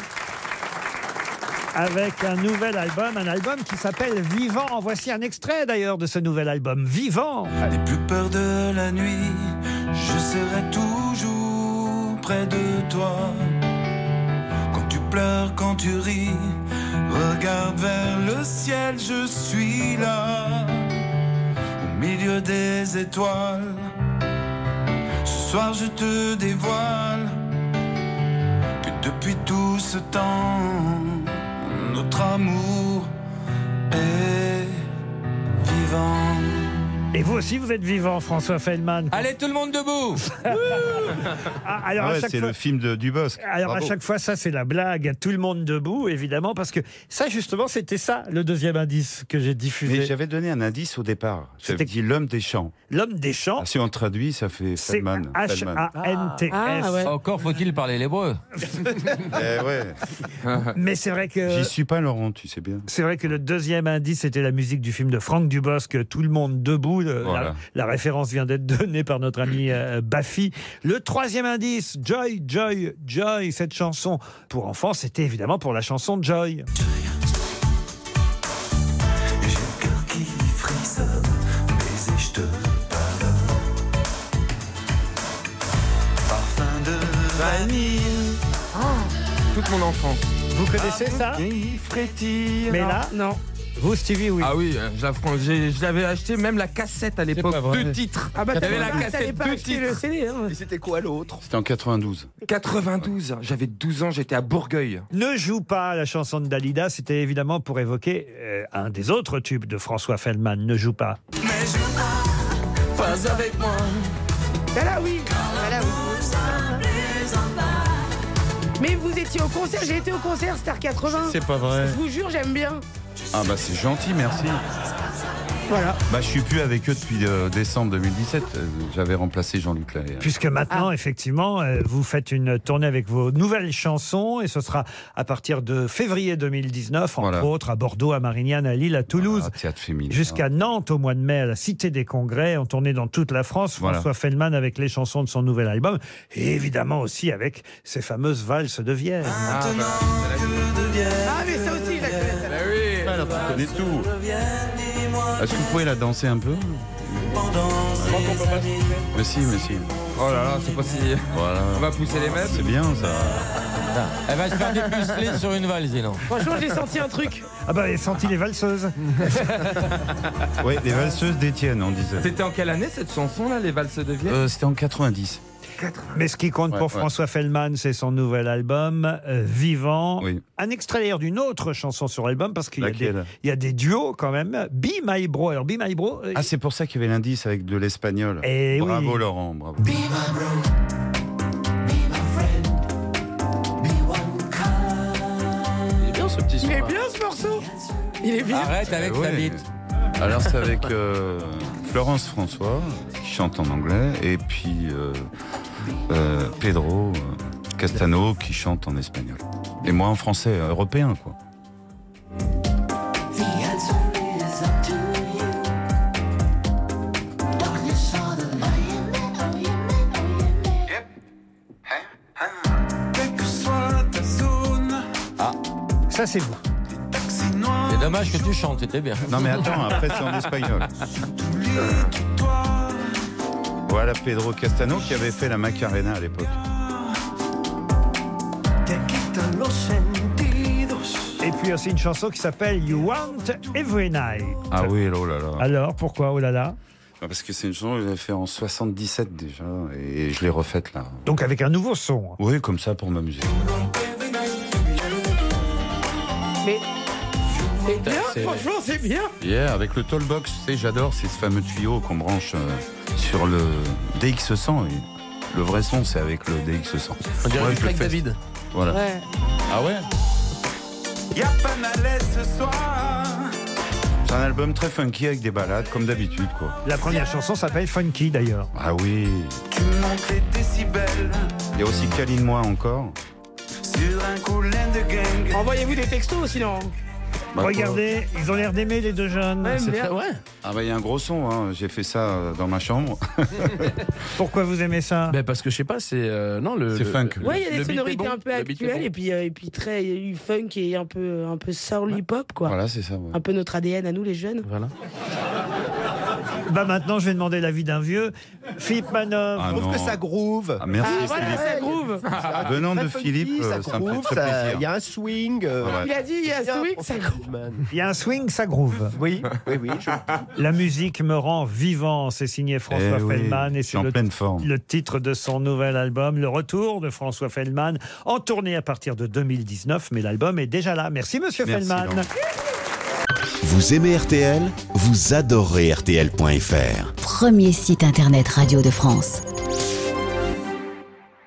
avec un nouvel album, un album qui s'appelle Vivant. Voici un extrait d'ailleurs de ce nouvel album, Vivant. N'aie plus peur de la nuit, je serai toujours près de toi. Quand tu pleures, quand tu ris, regarde vers le ciel, je suis là, au milieu des étoiles. Ce soir je te dévoile que depuis tout ce temps, notre amour est vivant. Et vous aussi, vous êtes vivant, François Fellman. Allez, tout le monde debout. Ah, alors Ah à ouais, chaque c'est fois- le film de Dubosc. Alors Bravo. à chaque fois, ça c'est la blague. Tout le monde debout, évidemment, parce que ça justement, c'était ça le deuxième indice que j'ai diffusé. Mais j'avais donné un indice au départ. J'avais C'était- dit l'homme des champs. L'homme des champs. Ah, si on traduit, ça fait C'est Feldman. H A N T S. Ah, ouais. Encore faut-il parler l'hébreu. Eh ouais. Mais c'est vrai que J'y suis pas, Laurent, tu sais bien. c'est vrai que le deuxième indice c'était la musique du film de Franck Dubosc, Tout le monde debout. Le- Voilà. La, la référence vient d'être donnée par notre ami euh, Baffy. Le troisième indice, Joy, Joy, Joy. Cette chanson pour enfants, c'était évidemment pour la chanson Joy. J'ai le cœur qui frissonne, baiser, je te pardonne. Parfum de vanille. Toute mon enfance. Vous connaissez ça Qui frétille. Mais là, Non. vous Stevie, oui. Ah oui, euh, je la- fran- j'ai- je l'avais acheté même la cassette à l'époque, pas vrai. deux titres. Ah bah J'avais t'allais la pas, t'allais cassette, pas deux acheter le titres. C D. Hein. C'était quoi l'autre C'était en quatre-vingt-douze. quatre-vingt-douze, j'avais douze ans, j'étais à Bourgueil. Ne joue pas la chanson de Dalida, c'était évidemment pour évoquer euh, un des autres tubes de François Fellman. Ne joue pas. Mais je pas avec moi. Ah là oui. Ah là oui. Mais vous étiez au concert, j'ai été au concert Star quatre-vingts. C'est pas vrai. Je vous jure, j'aime bien. Ah bah c'est gentil, merci. Voilà. Bah je suis plus avec eux depuis euh, décembre deux mille dix-sept. Euh, J'avais remplacé Jean-Luc Lahaye. Puisque maintenant, Ah. effectivement, euh, vous faites une tournée avec vos nouvelles chansons et ce sera à partir de février deux mille dix-neuf, entre Voilà. autres à Bordeaux, à Marignane, à Lille, à Toulouse, Ah, théâtre féminin. jusqu'à Nantes au mois de mai, à la Cité des Congrès, en tournée dans toute la France. Voilà. François Fellman avec les chansons de son nouvel album et évidemment aussi avec ces fameuses valses de Vienne. Ah, bah, Ah mais ça aussi, je la connais. celle-là. bah oui. Je connais tout. Est-ce que vous pouvez la danser un peu Mais si, mais si. Oh là là, c'est pas si. Voilà. On va pousser les mètres. C'est bien ça. Elle va se faire dépuceler sur une valse, sinon. Franchement, j'ai senti un truc. Ah bah, j'ai senti les valseuses. Oui, les valseuses d'Étienne, on disait. C'était en quelle année cette chanson là, les valses de Vienne Euh, C'était en quatre-vingt-dix. Mais ce qui compte Ouais, pour ouais. François Fellman, c'est son nouvel album, euh, Vivant. Oui. Un extrait d'ailleurs d'une autre chanson sur l'album, parce qu'il y a, des, Laquelle il y a des duos quand même. Be My Bro. Alors, Be My Bro. euh, Ah, c'est pour ça qu'il y avait l'indice avec de l'espagnol. Eh Bravo oui. Laurent, bravo. Il est bien ce petit son. Il est là. bien ce morceau. Il est bien. Arrête avec Eh ta ouais. bite. Alors c'est avec euh, Florence François qui chante en anglais et puis euh, euh, Pedro euh, Castano qui chante en espagnol. Et moi en français euh, européen quoi. Ah, Ça, c'est vous. c'est dommage que tu chantes, c'était bien. Non mais attends, après c'est en espagnol. Voilà Pedro Castano qui avait fait la Macarena à l'époque. Et puis aussi une chanson qui s'appelle You Want Every Night. Ah oui, oh là là. Alors, pourquoi? Oh là là. Parce que c'est une chanson que j'avais fait en soixante-dix-sept déjà et je l'ai refaite là. Donc avec un nouveau son. Oui, comme ça pour m'amuser. Mais c'est bien, C'est- franchement, c'est bien. Yeah, avec le Tollbox, tu sais, j'adore, c'est ce fameux tuyau qu'on branche euh, sur le D X cent. Et le vrai son, c'est avec le D X cent. On dirait Ouais, du je le Craig fais. David. Voilà. Ouais. Ah ouais? Y'a pas malaise ce soir. C'est un album très funky avec des ballades, comme d'habitude, quoi. La première chanson s'appelle Funky d'ailleurs. Ah oui. Tu montes les décibels Il y a aussi Câline-moi encore. sur un coulen de gang. Envoyez-vous des textos sinon. Bah, Regardez, ils ont l'air d'aimer les deux jeunes. Ouais, C'est bien. très... Ouais. Ah bah il y a un gros son, hein. J'ai fait ça euh, dans ma chambre. Pourquoi vous aimez ça? Ben parce que je sais pas, c'est euh, non le. C'est le- funk. le- Ouais, il y a le des beat est sonorités bon, un peu le beat est actuelles bon. et puis euh, et puis très il y a eu funk et un peu un peu soul hip hop quoi. Voilà, c'est ça. ouais. Un peu notre A D N à nous les jeunes. Voilà. Bah maintenant, je vais demander l'avis d'un vieux. Philippe Manœuvre. Ah Je trouve non. que ça groove. Ah, merci Ah voilà, Philippe. ça groove. Venant Très de funky, Philippe, ça euh, ça me fait groove, très ça- plaisir. il y a un swing. euh, Ouais. Il a dit il y a bien swing, pour ça ce groove. Feldman. Il y a un swing, ça groove. Oui, oui, oui. je- La musique me rend vivant. C'est signé François Eh oui, Fellman et je suis c'est en le, pleine forme. le titre de son nouvel album, Le Retour de François Fellman, en tournée à partir de deux mille dix-neuf. Mais l'album est déjà là. Merci, Monsieur Merci, Fellman. Laurent. Vous aimez R T L? Vous adorez R T L point F R. Premier site internet radio de France.